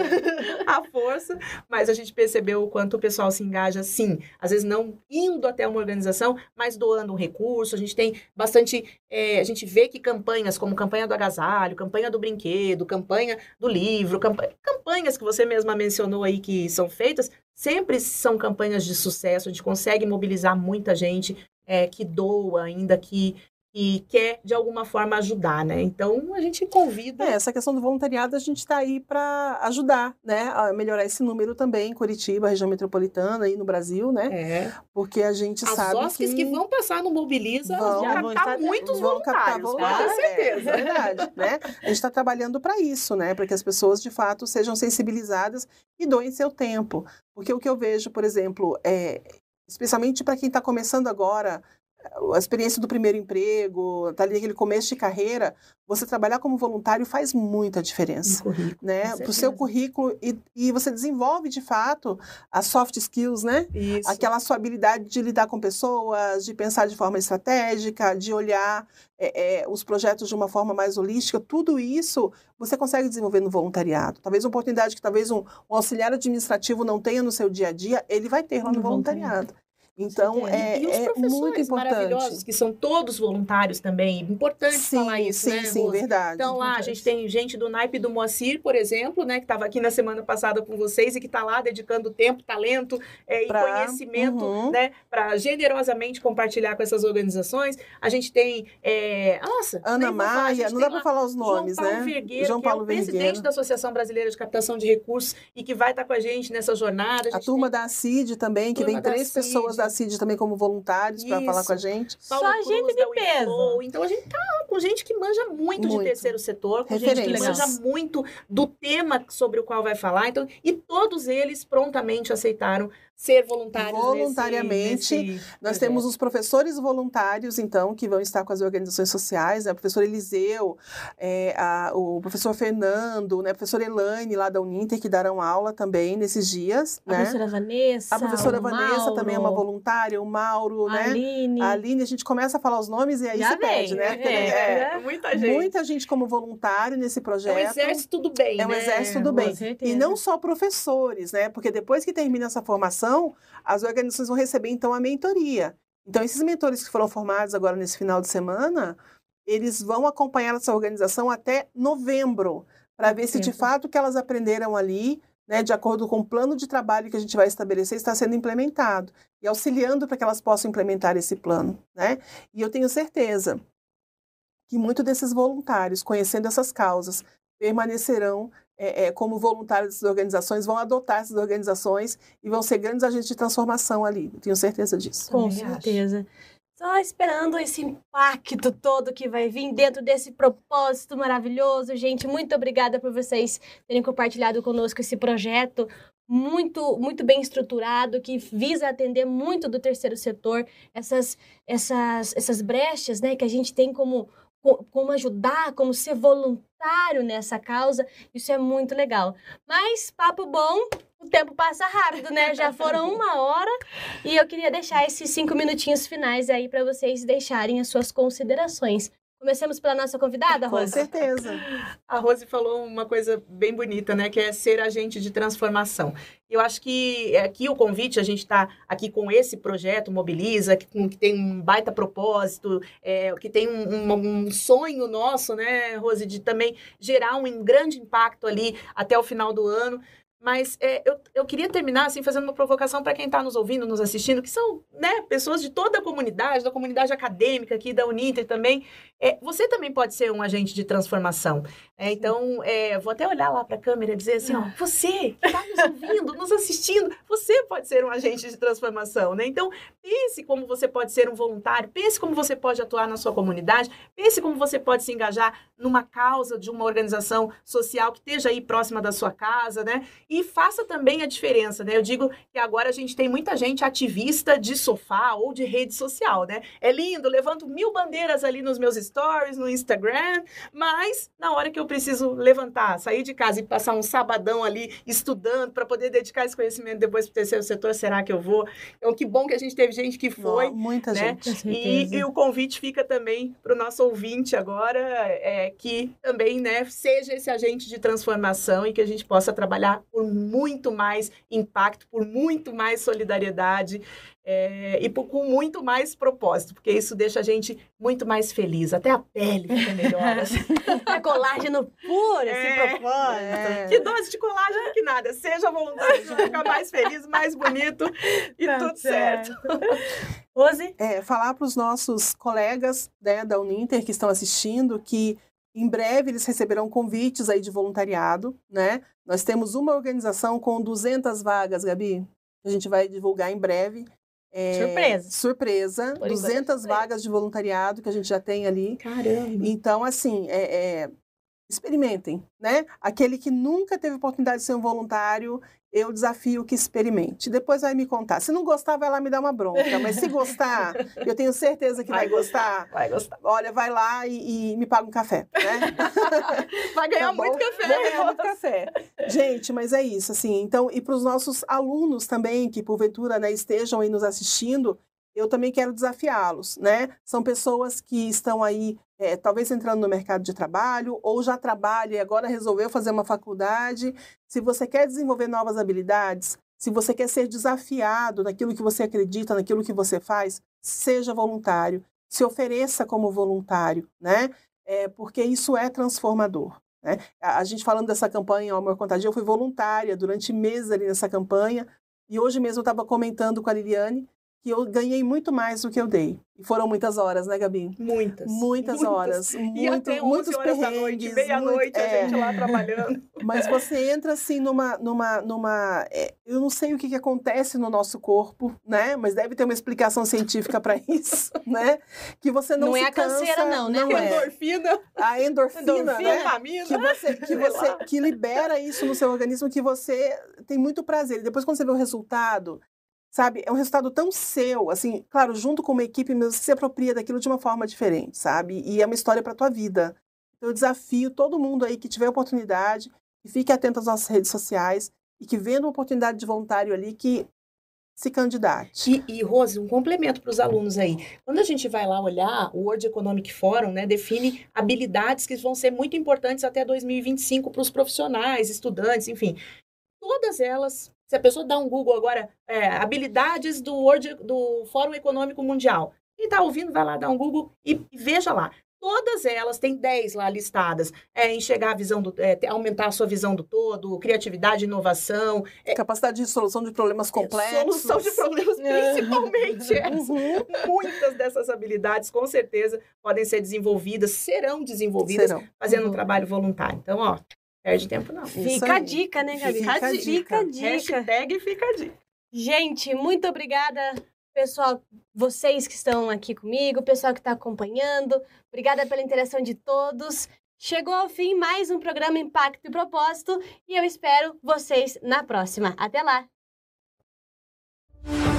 A força. Mas a gente percebeu o quanto o pessoal se engaja, sim. Às vezes não indo até uma organização, mas doando um recurso. A gente tem bastante... a gente vê que campanhas como campanha do agasalho, campanha do brinquedo, campanha do livro, campanhas que você mesma mencionou aí que são feitas, sempre são campanhas de sucesso. A gente consegue mobilizar muita gente que doa ainda, que quer, de alguma forma, ajudar, né? Então, a gente convida...
Essa questão do voluntariado, a gente está aí para ajudar, né? A melhorar esse número também em Curitiba, região metropolitana, aí no Brasil, né? Porque a gente sabe
As OSCs que vão passar no Mobiliza
vão
captar muitos voluntários, com certeza.
É verdade, né? A gente está trabalhando para isso, né? Para que as pessoas, de fato, sejam sensibilizadas e doem seu tempo. Porque o que eu vejo, por exemplo, especialmente para quem está começando agora... A experiência do primeiro emprego, tá ali naquele começo de carreira, você trabalhar como voluntário faz muita diferença, né? Para o seu currículo e você desenvolve, de fato, as soft skills, né?
Isso.
Aquela sua habilidade de lidar com pessoas, de pensar de forma estratégica, de olhar os projetos de uma forma mais holística, tudo isso você consegue desenvolver no voluntariado. Talvez uma oportunidade que talvez um auxiliar administrativo não tenha no seu dia a dia, ele vai ter lá no voluntariado. Então,
e os professores
muito importante.
Maravilhosos, que são todos voluntários também. Importante falar isso, né,
Sim, verdade.
Então, lá, a gente tem gente do naipe do Moacir, por exemplo, né, que estava aqui na semana passada com vocês e que está lá dedicando tempo, talento e conhecimento, né, para generosamente compartilhar com essas organizações. A gente tem,
Ana Maia, não dá para falar os nomes,
João Paulo Vergueiro, João Paulo que é o presidente da Associação Brasileira de Captação de Recursos e que vai estar com a gente nessa jornada.
A turma da CID também, que vem 3 pessoas da CID também como voluntários para falar com a gente.
Só gente de peso.
Então, a gente tá com gente que manja muito de terceiro setor, com gente que manja muito do tema sobre o qual vai falar. Então, e todos eles prontamente aceitaram ser voluntários.
Voluntariamente. Nós temos os professores voluntários, então, que vão estar com as organizações sociais, né? O professor Eliseu, o professor Fernando, né? A professora Elaine, lá da Uninter, que darão aula também nesses dias.
A professora Vanessa.
A professora Vanessa também é uma voluntária, o Mauro, né? A Aline, a gente começa a falar os nomes e aí se perde, né?
Muita gente.
Muita gente como voluntário nesse projeto.
É um exército do bem,
né? É um exército do bem. E não só professores, né? Porque depois que termina essa formação, as organizações vão receber, então, a mentoria. Então, esses mentores que foram formados agora nesse final de semana, eles vão acompanhar essa organização até novembro, para ver se, de fato, o que elas aprenderam ali, né, de acordo com o plano de trabalho que a gente vai estabelecer, está sendo implementado. E auxiliando para que elas possam implementar esse plano, né? E eu tenho certeza que muitos desses voluntários, conhecendo essas causas, permanecerão como voluntários dessas organizações, vão adotar essas organizações e vão ser grandes agentes de transformação ali. Eu tenho certeza disso.
Com certeza. Só esperando esse impacto todo que vai vir dentro desse propósito maravilhoso. Gente, muito obrigada por vocês terem compartilhado conosco esse projeto muito, muito bem estruturado, que visa atender muito do terceiro setor, essas brechas, né, que a gente tem como ajudar, como ser voluntário nessa causa. Isso é muito legal. Mas, papo bom, o tempo passa rápido, né? Já foram 1 hora e eu queria deixar esses 5 minutinhos finais aí para vocês deixarem as suas considerações. Comecemos pela nossa convidada, Rose?
Com certeza.
A Rose falou uma coisa bem bonita, né? Que é ser agente de transformação. Eu acho que aqui o convite, a gente está aqui com esse projeto Mobiliza, que tem um baita propósito, que tem um sonho nosso, né, Rose, de também gerar um grande impacto ali até o final do ano. Mas eu queria terminar assim, fazendo uma provocação para quem está nos ouvindo, nos assistindo, que são, né, pessoas de toda a comunidade, da comunidade acadêmica aqui, da Uninter também. Você também pode ser um agente de transformação. Então, vou até olhar lá para a câmera e dizer assim, ó, você que está nos ouvindo, nos assistindo, você pode ser um agente de transformação, né? Então, pense como você pode ser um voluntário, pense como você pode atuar na sua comunidade, pense como você pode se engajar numa causa de uma organização social que esteja aí próxima da sua casa, né? e faça também a diferença, né? Eu digo que agora a gente tem muita gente ativista de sofá ou de rede social, né? É lindo, levanto 1000 bandeiras ali nos meus stories, no Instagram, mas na hora que eu preciso levantar, sair de casa e passar um sabadão ali estudando para poder dedicar esse conhecimento depois para o terceiro setor, será que eu vou? Então, que bom que a gente teve gente que foi.
Muita
né?
gente.
E o convite fica também para o nosso ouvinte agora, que também, né, seja esse agente de transformação e que a gente possa trabalhar por muito mais impacto, por muito mais solidariedade e com muito mais propósito, porque isso deixa a gente muito mais feliz, até a pele fica melhor. Assim.
É colágeno puro esse propósito.
Que dose de colágeno que nada, seja voluntário, ficar mais feliz, mais bonito e tudo certo. Rose?
Falar para os nossos colegas, né, da Uninter que estão assistindo que em breve eles receberão convites aí de voluntariado, né? Nós temos uma organização com 200 vagas, Gabi, que a gente vai divulgar em breve. Surpresa. 200 vagas de voluntariado que a gente já tem ali.
Caramba!
Então, assim, experimentem, né? Aquele que nunca teve oportunidade de ser um voluntário, eu desafio que experimente. Depois vai me contar. Se não gostar, vai lá me dar uma bronca. Mas se gostar, eu tenho certeza que vai gostar.
Vai gostar.
Olha, vai lá e me paga um café, né?
Vai ganhar muito café.
Vai ganhar muito café. Gente, mas é isso, assim. Então, e para os nossos alunos também, que porventura, né, estejam aí nos assistindo, eu também quero desafiá-los, né? São pessoas que estão aí, talvez entrando no mercado de trabalho, ou já trabalha e agora resolveu fazer uma faculdade. Se você quer desenvolver novas habilidades, se você quer ser desafiado naquilo que você acredita, naquilo que você faz, seja voluntário, se ofereça como voluntário, né? Porque isso é transformador. Né? A gente falando dessa campanha, o Amor Contagia, eu fui voluntária durante meses ali nessa campanha, e hoje mesmo eu estava comentando com a Liliane que eu ganhei muito mais do que eu dei. E foram muitas horas, né, Gabi? Muitas horas.
E até 11 horas da noite, meia-noite, a gente lá trabalhando.
Mas você entra, assim, numa eu não sei o que acontece no nosso corpo, né? Mas deve ter uma explicação científica para isso, né? Que você não se cansa.
Não é a canseira, não, né?
Endorfina.
A endorfina, né?
Famina.
Que libera isso no seu organismo, que você tem muito prazer. E depois, quando você vê o resultado, sabe, é um resultado tão seu, assim, claro, junto com uma equipe, mas você se apropria daquilo de uma forma diferente, sabe? E é uma história para a tua vida. Então, eu desafio todo mundo aí que tiver oportunidade, que fique atento às nossas redes sociais e que vendo uma oportunidade de voluntário ali, que se candidate.
E Rose, um complemento para os alunos aí. Quando a gente vai lá olhar, o World Economic Forum, né, define habilidades que vão ser muito importantes até 2025 para os profissionais, estudantes, enfim. Todas elas, se a pessoa dá um Google agora, habilidades do Fórum Econômico Mundial, quem está ouvindo vai lá dar um Google e veja lá. Todas elas, tem 10 lá listadas. Enxergar a visão aumentar a sua visão do todo, criatividade, inovação.
Capacidade de solução de problemas complexos.
Solução de problemas, principalmente essa. Muitas dessas habilidades, com certeza, podem ser desenvolvidas, serão desenvolvidas fazendo um trabalho voluntário. Então, ó, perde tempo não.
Fica a dica, né, Gabi?
Fica a dica.
Hashtag fica a dica.
Gente, muito obrigada, pessoal, vocês que estão aqui comigo, pessoal que está acompanhando. Obrigada pela interação de todos. Chegou ao fim mais um programa Impacto e Propósito e eu espero vocês na próxima. Até lá!